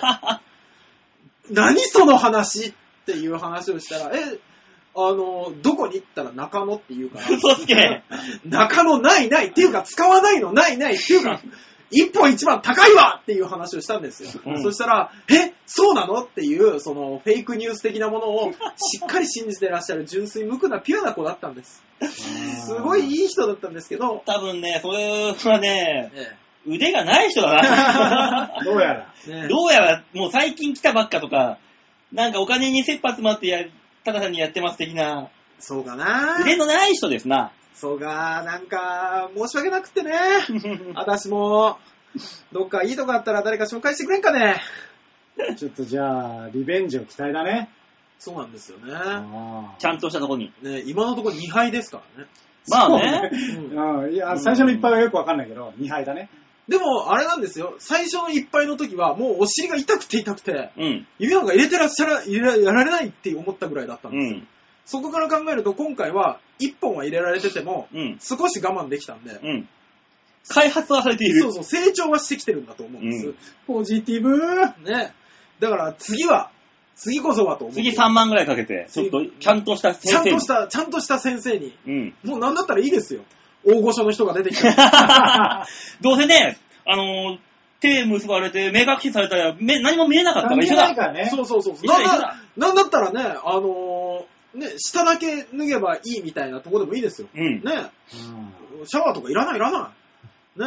何その話っていう話をしたら、え、あの、どこに行ったら中野って言うから。 嘘つけ。 中野ないないっていうか使わないのないないっていうか、一本一番高いわっていう話をしたんですよ。うん、そしたら、え、そうなのっていう、そのフェイクニュース的なものをしっかり信じてらっしゃる純粋無垢なピュアな子だったんです。すごいいい人だったんですけど。 多分ね、それはね、ええ、腕がない人だな。 どうやら。 ね、どうやら、もう最近来たばっかとか、なんかお金に切羽詰まってや、ただ単にやってます的な。 そうかな。 腕のない人ですな。 そうか、なんか、申し訳なくってね。私も、どっかいいとこあったら誰か紹介してくれんかね。 ちょっとじゃあ、リベンジを期待だね。 そうなんですよね。 ちゃんとしたとこに。 ね、今のところにはいですからね。 まあね。 うん、いや、最初のいっぱいはよくわかんないけど、にはいだね。 でも、あれなんですよ。最初のいっぱいの時は、もうお尻が痛くて痛くて、うん、指なんか入れてらっしゃら、入れやられないって思ったぐらいだったんですよ。うん、そこから考えると、今回はいっぽんは入れられてても、うん、少し我慢できたんで、うん、 開発はされている。 そうそう、成長はしてきてるんだと思うんです。うん、 ポジティブね。だから次は、次こそはと思う。 次さんまんぐらいかけて、ちょっとちゃんとした先生に。 ちゃんとした、ちゃんとした先生に。うん、もうなんだったらいいですよ。大御所の人が出てきた。 どうせね、あのー、手結ばれて目隠しされたら目何も見えなかったから一緒だ。からね、そうそうそう。なんだ、なんだったらね、あのー、ね、下だけ脱げばいいみたいなとこでもいいですよ。うん、ね、うん。シャワーとかいらないいらない。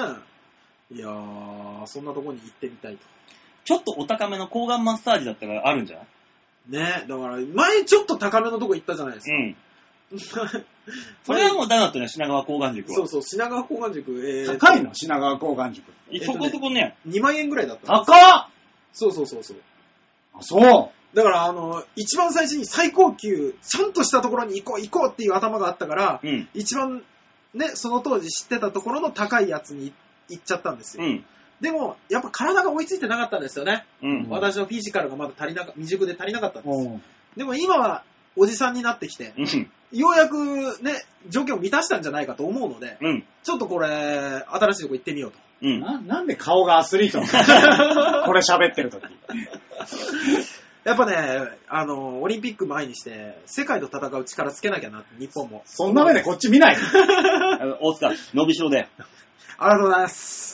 ね。いやー、そんなとこに行ってみたいと。 ちょっとお高めの抗がんマッサージだったらあるんじゃない？ ね、だから前ちょっと高めのとこ行ったじゃないですか。うん。 それはもうダメだったね、品川高岩塾は。 そうそう、品川高岩塾。 えー、高いの品川高岩塾。 そこそこね。 にまんえんぐらいだった。 高っ！ そうそうそうそう。 あ、そう。 だから、あの、一番最初に最高級、ちゃんとしたところに行こう行こうっていう頭があったから、うん、一番ね、その当時知ってたところの高いやつに行っちゃったんですよ。うん、でも、やっぱ体が追いついてなかったんですよね。うん、私のフィジカルがまだ足りなか、未熟で足りなかったんですよ。でも今は、おじさんになってきて、うん、ようやくね、条件を満たしたんじゃないかと思うので、うん、ちょっとこれ、新しいとこ行ってみようと。 うん、な, なんで顔がアスリートなのこれ喋ってるとき。 やっぱね、あの、オリンピック前にして、世界と戦う力つけなきゃなって、日本も。 そんな目でこっち見ない大塚、伸びしろで。 ありがとうございます。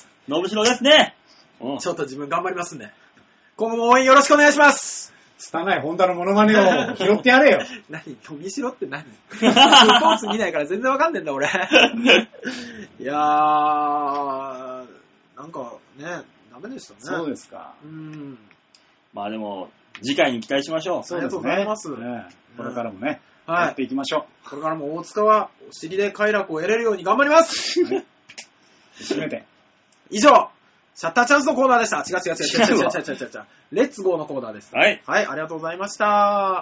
伸びしろですね。 うん、ちょっと自分頑張りますんで。今後も応援よろしくお願いします。 拙いホンダのモノマネを拾ってやれよ。 何伸びしろって何スポーツ見ないから全然わかんねえんだ俺。いやー、なんかね、ダメでしたね。 そうですか。うん。 まあでも、次回に期待しましょう。 そうですね。ありがとうございます。 ね、これからもね、はい、やっていきましょう。 これからも大塚はお尻で快楽を得れるように頑張ります。 はい、締めて。 以上、シャッターチャンスのコーナーでした。違う違う違う違う違う違う違う違う。レッツゴーのコーナーです。 はい。 はい、ありがとうございました。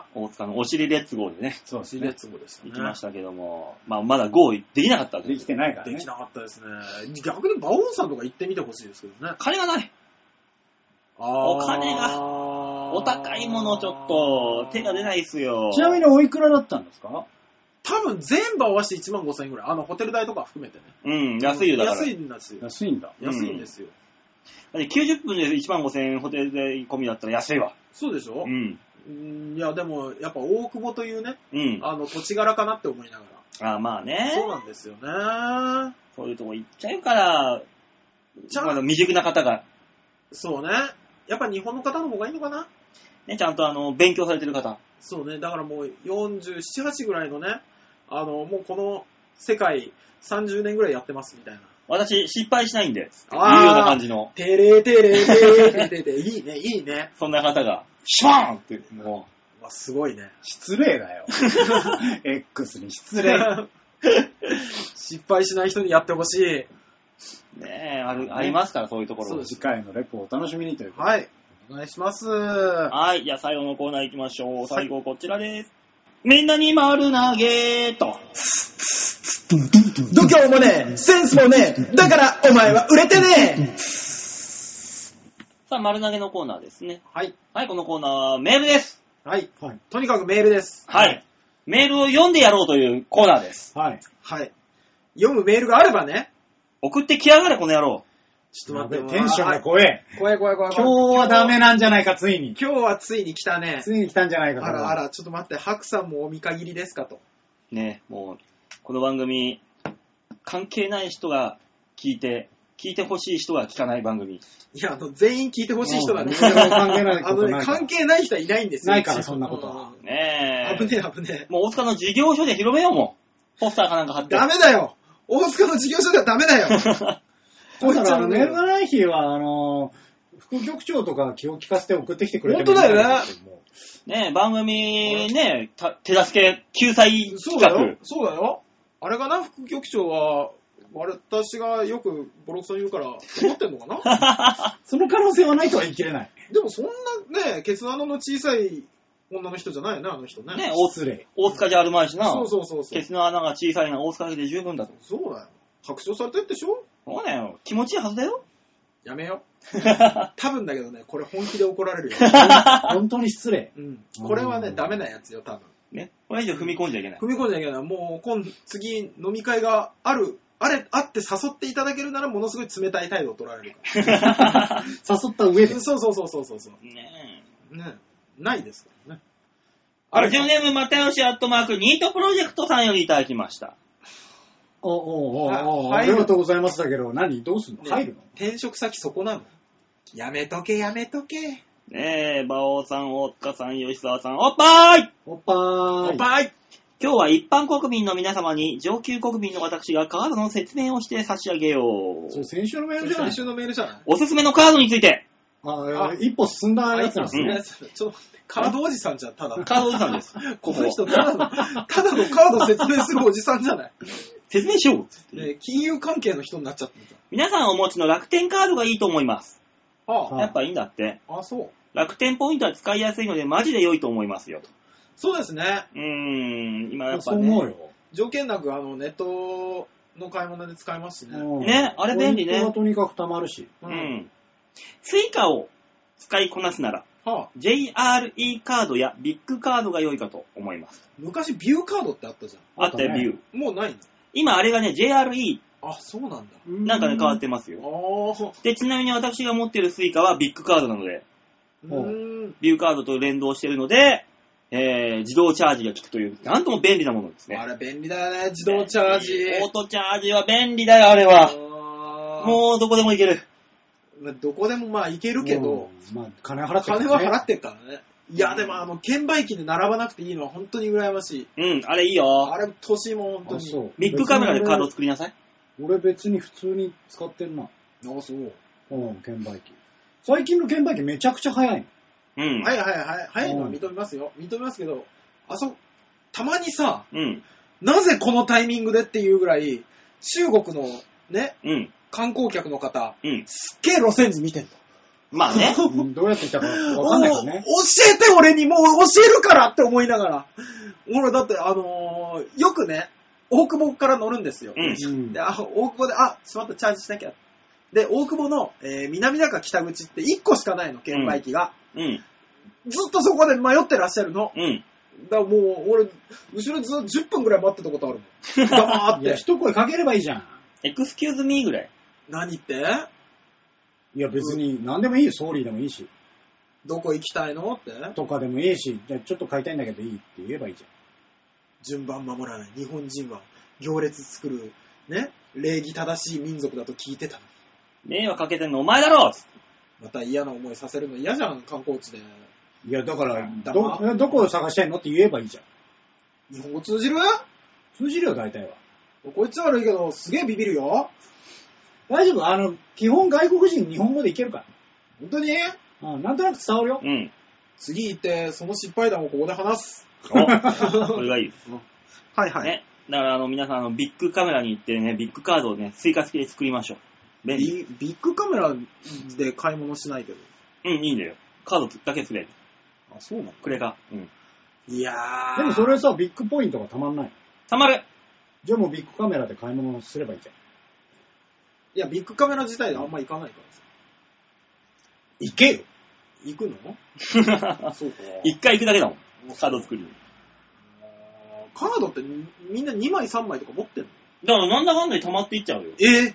大塚のお尻レッツゴーでね。 そう、お尻レッツゴーでしたね。 行きましたけども、まあまだゴーできなかったわけです。できてないからね。 できなかったですね。逆に馬王さんとか行ってみてほしいですけどね。 金がない。お金が、お高いものちょっと手が出ないっすよ。 ちなみにおいくらだったんですか？ 多分全部合わせていちまんごせんえんぐらい。あのホテル代とか含めてね。 うん、安いよだから。 安いんですよ。 安いんだ。 安いんですよ。 だってきゅうじゅっぷんでいちまんごせんえんホテル代込みだったら安いわ。 そうでしょ？うん。いやでもやっぱ大久保というね、うん、あの土地柄かなって思いながら。あ、まあね。 そうなんですよね。 そういうとこ行っちゃうから、まだ未熟な方が。 そうね。やっぱ日本の方の方がいいのかな？ ね、ちゃんとあの、勉強されてる方。 そうね、だからもうよんじゅうなな、はちぐらいのね、あの、もうこの世界さんじゅうねんぐらいやってますみたいな。 私、失敗しないんで、いうような感じの。 てれてれてれてれてれ、いいね、いいね。 そんな方が。 シューンって、もう。わ、すごいね。 失礼だよ。X に失礼。 失敗しない人にやってほしい。 ねえ、ある、ありますから、そういうところ。そう、 次回のレポをお楽しみにということで。はい。お願いします。 はい。じゃあ最後のコーナー行きましょう。最後こちらです。みんなに丸投げーと。 度胸もねえ、センスもねえ、だからお前は売れてねえ。 さあ、丸投げのコーナーですね。 はい。 はい、このコーナーはメールです。 はい。はい。とにかくメールです。 はい。メールを読んでやろうというコーナーです。 はい。はい。読むメールがあればね。 送ってきやがれ、この野郎。 ちょっと待って、テンションが怖え。 怖い怖い怖い。 今日はダメなんじゃないか、ついに。 今日はついに来たね。 ついに来たんじゃないか。 あらあら、ちょっと待って、ハクさんもお見限りですかと。 ね、もう、この番組、関係ない人が聞いて、聞いてほしい人が聞かない番組。 いや、あの、全員聞いてほしい人がね、 関係ないあのね、関係ない人はいないんですよ。 ないから、そんなことは。 ねえ。危ねえ、危ねえ。 もう大塚の事業所で広めようもん。ポスターかなんか貼って。 ダメだよ。大塚の事業所ではダメだよ。 だから、メールがない日は、あの、副局長とか気を利かせて送ってきてくれてもいい。本当だよね。ね、番組ね、手助け救済企画。 そうだよ。そうだよ。あれかな、副局長は、私がよくボロクソ言うから思ってんのかな。 その可能性はないとは言い切れない。 でもそんなね、ケツ穴の小さい女の人じゃないよね、あの人ね。 ね、大失礼。 大塚じゃあるまいしな。 そうそうそうそう。 ケツの穴が小さいのは大塚で十分だと。 そうだよ。白状されてるでしょ。 そうだよ。気持ちいいはずだよ。 やめよ。多分だけどね、これ本気で怒られるよ。 本当に失礼。 うん。これはね、ダメなやつよ、多分。 ね。これ以上踏み込んじゃいけない。 踏み込んじゃいけない。もう、今、次、飲み会がある、あれ、あって誘っていただけるなら、ものすごい冷たい態度を取られるから。 誘った上で。 そうそうそうそうそう。 ねえ。ねえ。ないですからね。 あれ、ジョネームまたよしアットマークニートプロジェクトさんよりいただきました。 おおおおありがとうございますだけど、何どうすんの、ね、入るの転職先そこなのやめとけやめとけ。 ねえ、馬王さん、大塚さん、吉沢さん、おっぱーいおっぱーいおっぱい今日は一般国民の皆様に上級国民の私がカードの説明をして差し上げよう。 それ先週のメールじゃない先週のメールじゃないおすすめのカードについて。 ああ、一歩進んだやつなんですね。 うん、ちょっと待って、カードおじさんじゃん、ただ。 カードおじさんです。 この人、ただの、ただのカード説明するおじさんじゃない。 説明しよう、 ね。金融関係の人になっちゃってるじゃん。 皆さんお持ちの楽天カードがいいと思います。 はあ、やっぱいいんだって。 あ、そう。 楽天ポイントは使いやすいのでマジで良いと思いますよと。 そうですね。 うーん、今やっぱね。 そう思うよ。 条件なくあのネットの買い物で使えますしね。 ね、あれ便利ね。 ポイントがとにかく貯まるし。 うん。スイカを使いこなすなら、 はあ、 ジェイアールイー カードやビッグカードが良いかと思います。 昔ビューカードってあったじゃん。あったよ、ビュー。もうないの？ 今あれがね、ジェイアールイー。 あ、そうなんだ。 なんかね、変わってますよ。 あで、ちなみに私が持ってるスイカはビッグカードなので、 うんビューカードと連動しているので、えー、自動チャージが効くという、なんとも便利なものですね。 あれ便利だよね、自動チャージ。 オートチャージは便利だよ、あれは。もうどこでも行ける。 どこでもまあ行けるけど、 まあ、金払ってる、 ね、金は払ってるからね。いや、でもあの、券売機で並ばなくていいのは本当に羨ましい。 うん、あれいいよ。 あれ欲しいもん、本当に。 ビッグカメラでカードを作りなさい。 俺別に普通に使ってるな。ああ、そう。 うん、券売機。最近の券売機めちゃくちゃ早いの。 うん。 はいはいはい。早いのは認めますよ。認めますけど、あそ、たまにさ、 うん。 なぜこのタイミングでっていうぐらい、中国のね、 うん。 観光客の方、 うん。 すっげえ路線図見てんの。 まあね。 どうやって行ったかわかんないからね。 教えて俺にもう教えるからって思いながら。俺だってあのー、よくね、大久保から乗るんですよ。 うん。 で、あ、大久保で、あ、しまった、チャージしなきゃ。で、大久保の、えー、南中北口っていっこしかないの、券売機が。 うん。うん、 ずっとそこで迷ってらっしゃるの。 うん。 だからもう、俺、後ろずっとじゅっぷんぐらい待ってたことあるもん。黙って。 いや、一声かければいいじゃん。 エクスキューズミーぐらい。 何っていや、別に何でもいいよ、ソーリーでもいいし。 どこ行きたいのって。 とかでもいいし、じゃあちょっと買いたいんだけどいいって言えばいいじゃん。 順番守らない。日本人は行列作る、ね、礼儀正しい民族だと聞いてたの。 迷惑かけてんのお前だろ。 また嫌な思いさせるの嫌じゃん、観光地で。 いや、だから、ど、どこを探したいのって言えばいいじゃん。 日本語通じる？ 通じるよ、大体は。 こいつは悪いけど、すげえビビるよ。 大丈夫、あの、基本外国人日本語でいけるから。 本当に？ ああ、なんとなく伝わるよ。 うん。 次行って、その失敗談をここで話す。 お、それがいい。 はいはい。 ね。だから、あの、皆さん、あの、ビッグカメラに行ってね、ビッグカードをね、追加付きで作りましょう。便利。 ビ、ビッグカメラで買い物しないけど。 うん、いいんだよ。カードだけ作れる。 あ、そうなの？ くれか。うん。 いやー。 でもそれさ、ビッグポイントがたまんない。 たまる。 じゃあもうビッグカメラで買い物すればいいじゃん。 いや、ビッグカメラ自体であんま行かないからさ。 行けよ。 行くの？そうか。 一回行くだけだもん。カード作りに。 カードってみんなにまいさんまいとか持ってんの？ だからなんだかんだで溜まっていっちゃうよ。 えー、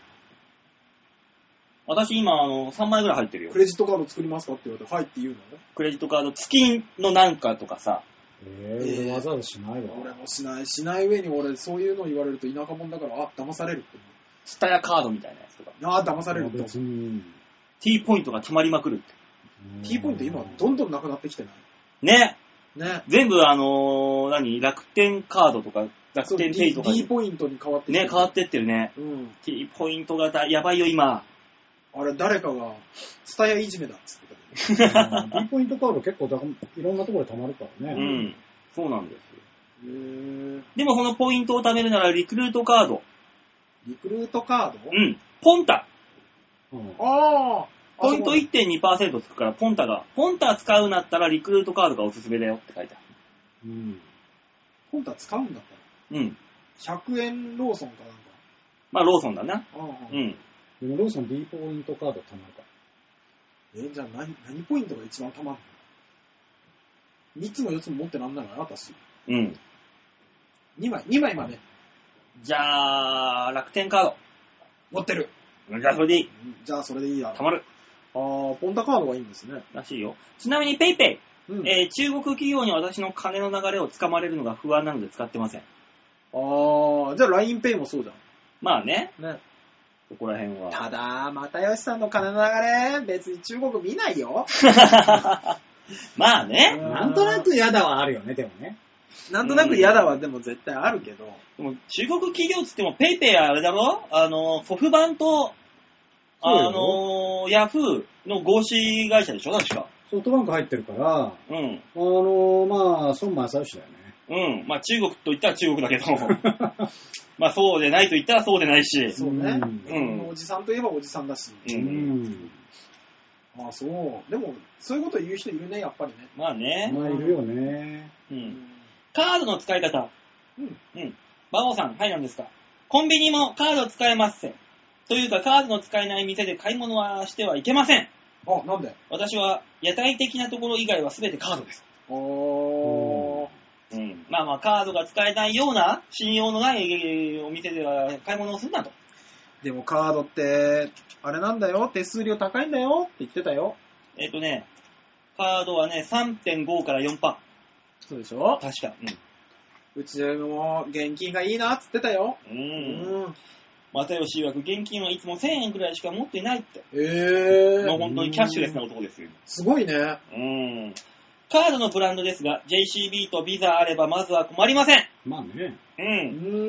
私今、あの、さんまいぐらい入ってるよ。 クレジットカード作りますかって言われて、はいって言うの？ クレジットカード付きのなんかとかさ。 えー、俺わざわざしないわ。 俺もしない。しない上に俺、そういうの言われると田舎者だから、あ、騙されるって思う。 スタヤカードみたいなやつとか。 ああ、騙されるって。 別に。 T ポイントが溜まりまくるって。 T ポイント今どんどんなくなってきてない？ ね。 ね。 全部あのー、何楽天カードとか、楽天ペイとか。 D ポイントに変わってきてね、変わってってるね。 うん。 T ポイントがだやばいよ、今。 あれ、誰かが、スタヤいじめだっつってたけど。 D ポイントカード結構だいろんなところで貯まるからね。 うん。そうなんですよ。 へー。 でもこのポイントを貯めるならリクルートカード。 リクルートカード？ うん。ポンタ。 うん、 ああ。 ポイント いってんにパーセント つくから、ポンタが。ポンタ使うなったらリクルートカードがおすすめだよって書いてある。 うん。 ポンタ使うんだったら。うん。 ひゃくえんローソンかなんか。 まあ、ローソンだな。 ああ。 うん。 でもローソン D ポイントカード貯まるか。 え、じゃあ何、何ポイントが一番貯まるの？みっつもよっつも持ってなんないわ、私。 うん。 にまい、にまいまで。 じゃあ、楽天カード。 持ってる。 じゃあ、それでいい。 じゃあ、それでいいや。 たまる。 あー、ポンタカードがいいんですね。 らしいよ。ちなみに PayPay、 うん、 えー、中国企業に私の金の流れをつかまれるのが不安なので使ってません。 あー、じゃあ ラインペイ もそうじゃん。 まあね。 ね。 そこら辺は。 ただ、又吉さんの金の流れ、別に中国見ないよ。 まあね。 なんとなく嫌だはあるよね、でもね。 なんとなく嫌だはでも絶対あるけど。 でも中国企業っつっても PayPay はあれだろあの、ソフバンと、あの、ヤフーの合資会社でしょ確か。 ソフトバンク入ってるから、 うん。 あの、まあ、孫正義だよね。 うん。まあ中国と言ったら中国だけど、まあそうでないと言ったらそうでないし。 そうね。 うん。 おじさんといえばおじさんだし。 うん。うん、 ああ、そう。でも、そういうこと言う人いるね、やっぱりね。 まあね。 まあ、いるよね。 うん。カードの使い方。 うん。 うん。馬王さん、はい、なんですか。コンビニもカード使えません。というか、カードの使えない店で買い物はしてはいけません。 あ、なんで？ 私は、屋台的なところ以外は全てカードです。 おー。 うん。まあまあ、カードが使えないような、信用のないお店では買い物をするなと。 でもカードって、あれなんだよ、手数料高いんだよって言ってたよ。 えっとね、カードはね、さんてんご から よんパーセント。 そうでしょ？ 確か。 うん。うちでも現金がいいなって言ってたよ。 うん。うん。又吉曰く現金はいつもせんえんくらいしか持っていないって。 えー。 もう本当にキャッシュレスな男ですよ。 すごいね。 うん。カードのブランドですが、ジェイシービー とビザあればまずは困りません。 まあね。 うん。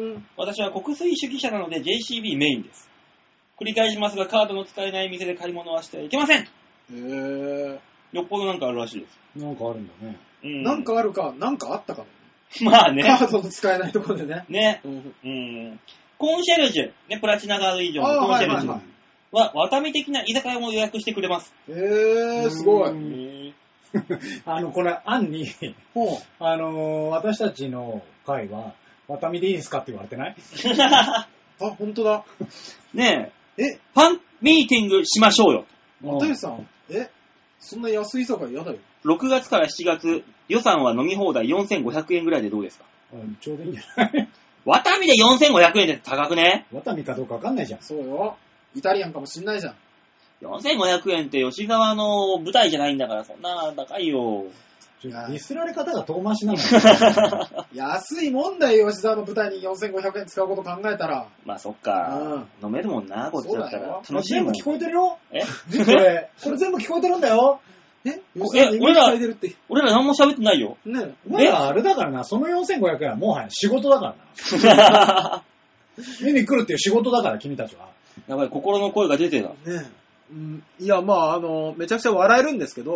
うん。私は国粋主義者なので ジェイシービー メインです。繰り返しますが、カードの使えない店で買い物はしてはいけません。へー。 よっぽどなんかあるらしいです。 なんかあるんだね。 うん。なんかあるか、なんかあったかも。 まあね。 カードの使えないところでね。 ね。うん。うん。コンシェルジュ、ね、プラチナガード以上のコンシェルジュは、 はいはいはい、 ワタミ的な居酒屋も予約してくれます。 へー、すごい。 あの、これ、案に、あのー、私たちの会は、ワタミでいいですかって言われてないあ、ほんとだ。 ねえ。 え。ファンミーティングしましょうよ。 又吉さん、えそんな安い居酒屋嫌だよ。 ろくがつからしちがつ、予算は飲み放題よんせんごひゃくえんぐらいでどうですか？ ちょうどいいんじゃないワタミでよんせんごひゃくえんって高くね？ ワタミかどうかわかんないじゃん。 そうよ。イタリアンかもしんないじゃん。 よんせんごひゃくえんって吉沢の舞台じゃないんだからそんな高いよ。 ディスられ方が遠回しなのよ。 安いもんだよ、吉沢の舞台によんせんごひゃくえん使うこと考えたら。 まあそっか、うん。飲めるもんな、こっちだったら。楽しいもん。 全部聞こえてるよ。 えこれ、これ全部聞こえてるんだよ。 ええ、俺ら、俺ら何も喋ってないよ。 ねお前らあれだからな、そのよんせんごひゃくえんはもはや仕事だからな。見に来るっていう仕事だから、君たちは。 やばい、心の声が出てた。 ねうん、いや、まあ、あの、めちゃくちゃ笑えるんですけど、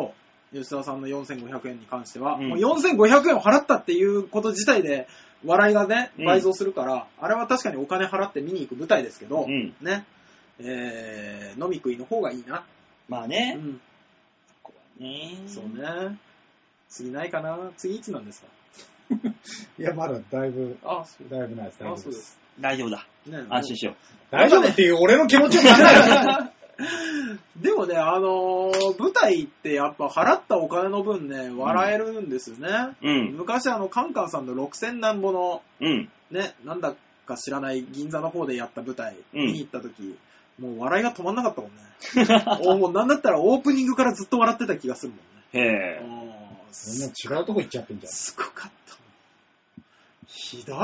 吉沢さんのよんせんごひゃくえんに関しては、うん、もうよんせんごひゃくえんを払ったっていうこと自体で笑いがね倍増するから、うん、あれは確かにお金払って見に行く舞台ですけど、うん、ね、えー、飲み食いの方がいいな。 まあね、うん、ここはね、 そうね。次ないかな。次いつなんですか？ いや、まだだいぶ、あだいぶないです。大丈夫です。 大丈夫だ。ね、安心しよう。 大丈夫っていう俺の気持ちを考える。 でもね、あのー、舞台ってやっぱ払ったお金の分ね、笑えるんですよね。うん、昔あの、カンカンさんのろくせんなんぼの、うん、ね、なんだか知らない銀座の方でやった舞台、うん、見に行った時、もう笑いが止まんなかったもんね。もうなんだったらオープニングからずっと笑ってた気がするもんね。 へぇー。そんな違うとこ行っちゃってんじゃん。 すごかった。ひどい。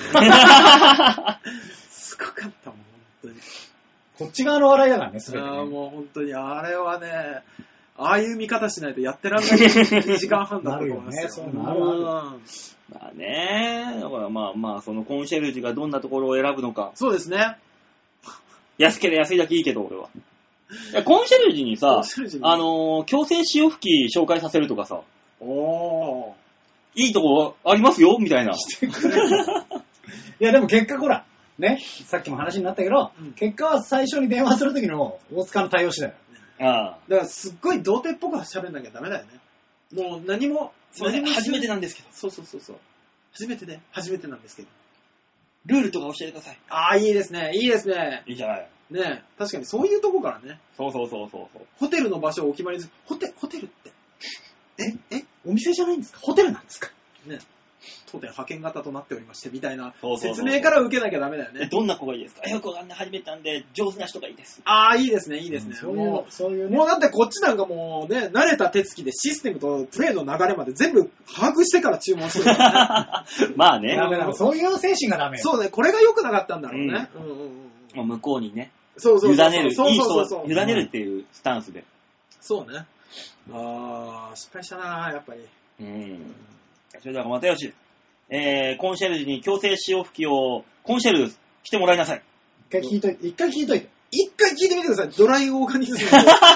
すごかったもん、本当に。 こっち側の笑いだからね、すべて、ね。 あもう本当に、あれはね、ああいう見方しないとやってらんないいちじかんはんだったと思いますよ。なるよね、そうなるわ。 まあね、だからまあまあ、そのコンシェルジュがどんなところを選ぶのか。 そうですね。 安ければ安いだけいいけど、俺は。いやコンシェルジュにさ、にあのー、強制使用拭き紹介させるとかさ、おー。いいとこありますよみたいな。いや、でも結果ほら、ね、さっきも話になったけど、うん、結果は最初に電話するときの大塚の対応次第だよね。 ああ。だからすっごい童貞っぽく喋んなきゃダメだよね。もう何も、 何も初めてなんですけど。 そうそうそうそう。初めてね、初めてなんですけど。 ルールとか教えてください。 ああ、いいですね、いいですね。 いいじゃない。 ね確かにそういうとこからね。 そうそうそうそうそう。 ホテルの場所をお決まりです。ホテ、ホテルって。 ええお店じゃないんですか？ホテルなんですか？ ね。当店派遣型となっておりまして、みたいな説明から受けなきゃダメだよね。 どんな子がいいですか？よくわかんない、初めてなんで、上手な人がいいです。 ああ、いいですね、いいですね。うん、そういう、そういうね。もうだってこっちなんかもうね、慣れた手つきでシステムとプレイの流れまで全部把握してから注文するからね。 まあね。 ダメだ。そういう精神がダメ。 そうね、これが良くなかったんだろうね。うんうんうんうん、向こうにね。 そうそうそう。 委ねる。そうそうそう。委ねるっていうスタンスで。 そうね。ああ、失敗したな、やっぱり。うん。 それでは、またよし。えー、コンシェルジュに強制使用拭きを、コンシェル来てもらいなさい。 一回聞いといて、一回聞いといて。 一回聞いてみてください。ドライオーガニズム。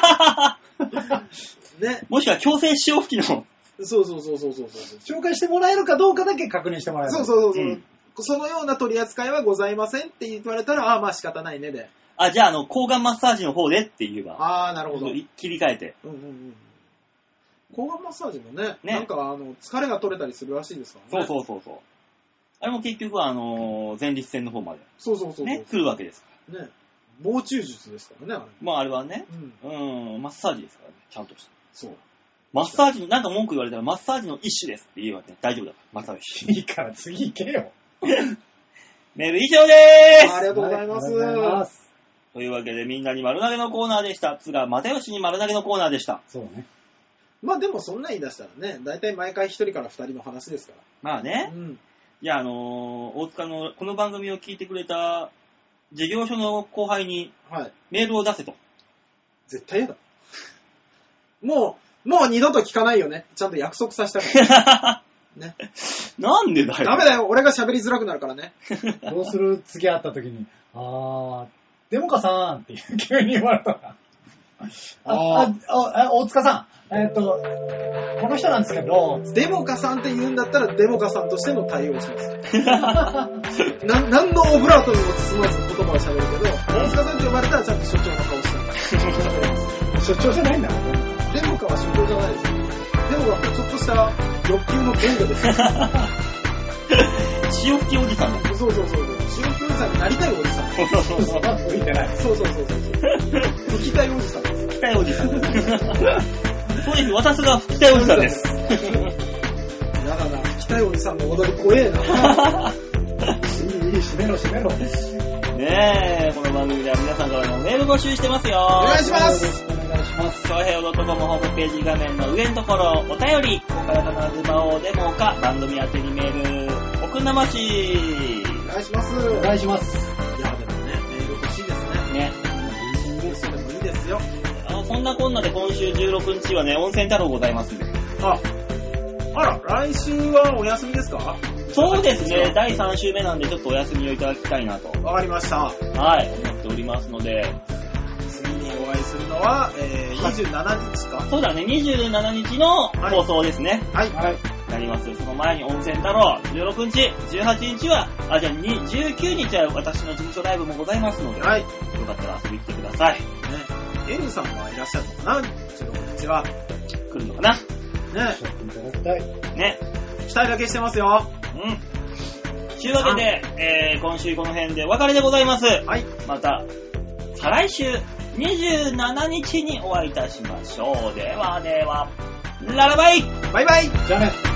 ね。もしくは強制使用拭きの。 そうそうそうそうそうそう。 紹介してもらえるかどうかだけ確認してもらえる。 そうそうそうそう、うん。そのような取り扱いはございませんって言われたら、ああ、まあ仕方ないねで。 あ、じゃあ、あの、抗がんマッサージの方でって言えば。 ああ、なるほど。 切り替えて。 うんうんうん。抗がんマッサージもね、ねなんかあの疲れが取れたりするらしいですからね。そうそうそうそう。あれも結局はあのー、前立腺の方まで、ね。 そうそうそう。 ね、来るわけですから。ね。防虫術ですからね、あれ。 まああれはね、うん、うん、マッサージですからね、ちゃんとした。 そう。 マッサージ、なんか文句言われたらマッサージの一種ですって言えばね、大丈夫だから、マッサージ。いいから次行けよ。 メール以上でーす。 ありがとうございます。はい、ありがとうございます。 というわけでみんなに丸投げのコーナーでした。つが、又吉に丸投げのコーナーでした。 そうね。 まあでもそんな言い出したらね、だいたい毎回一人から二人の話ですから。 まあね。うん。じゃあ、あのー、大塚のこの番組を聞いてくれた事業所の後輩にメールを出せと。はい、 絶対嫌だ。もう、もう二度と聞かないよね。ちゃんと約束させたから。ね。 なんでだよ。 ダメだよ。俺が喋りづらくなるからね。 どうする次会った時に、あー、デモカさんって急に言われたら。あ、あ、あ、大塚さん。えっと、この人なんですけど、 デモカさんって言うんだったらデモカさんとしての対応をします。な何のオブラートにも包まず言葉を喋るけど、大塚さんって呼ばれたらちゃんと所長の顔してる。 所長じゃないんだ。 デモカは所長じゃないです。デモカはちょっとした欲求の言語です。 潮吹きおじさんだ。 そうそうそうそう。潮吹きおじさんになりたいおじさん。そうそうそうそう。吹いてない。そうそうそうそう。吹きたいおじさんです。 吹きたいおじさん。そうです、私が吹きたいおじさんです。やだな、吹きたいおじさんの踊り怖えな。いい、いい、 締めろ、締めろ。 ねえ、この番組では皆さんからのメール募集してますよ。 お願いします。 お願いします。 ショーヘイオドットコムホームページ画面の上のところ、お便り、ここから必ず場をデモか、番組宛てにメール、送んなまし。 お願いします。 お願いします。 いや、でもね、メール欲しいですね。ね。それもいいですよ。 そんなこんなで今週じゅうろくにちはね、温泉太郎ございますんで。 あ、あら、来週はお休みですか？ そうですね、だいさん週目なんでちょっとお休みをいただきたいなと。 わかりました。 はい、思っておりますので。 次にお会いするのは、えー、にじゅうしちにちか。 そうだね、にじゅうしちにちの放送ですね。 はい。はい。 なります。その前に温泉太郎、じゅうろくにち、じゅうはちにちは、あ、じゃあじゅうくにちは私の事務所ライブもございますので、はい。よかったら遊びに来てください。ね。 エルさんはいらっしゃるのかな？じゅうろくにちは。 来るのかな？ね。 いただきたい。 ね。 期待だけしてますよ。 うん。というわけで、えー、今週この辺でお別れでございます。はい。また、再来週にじゅうしちにちにお会いいたしましょう。ではでは、ララバイ！ バイバイ！ じゃあね。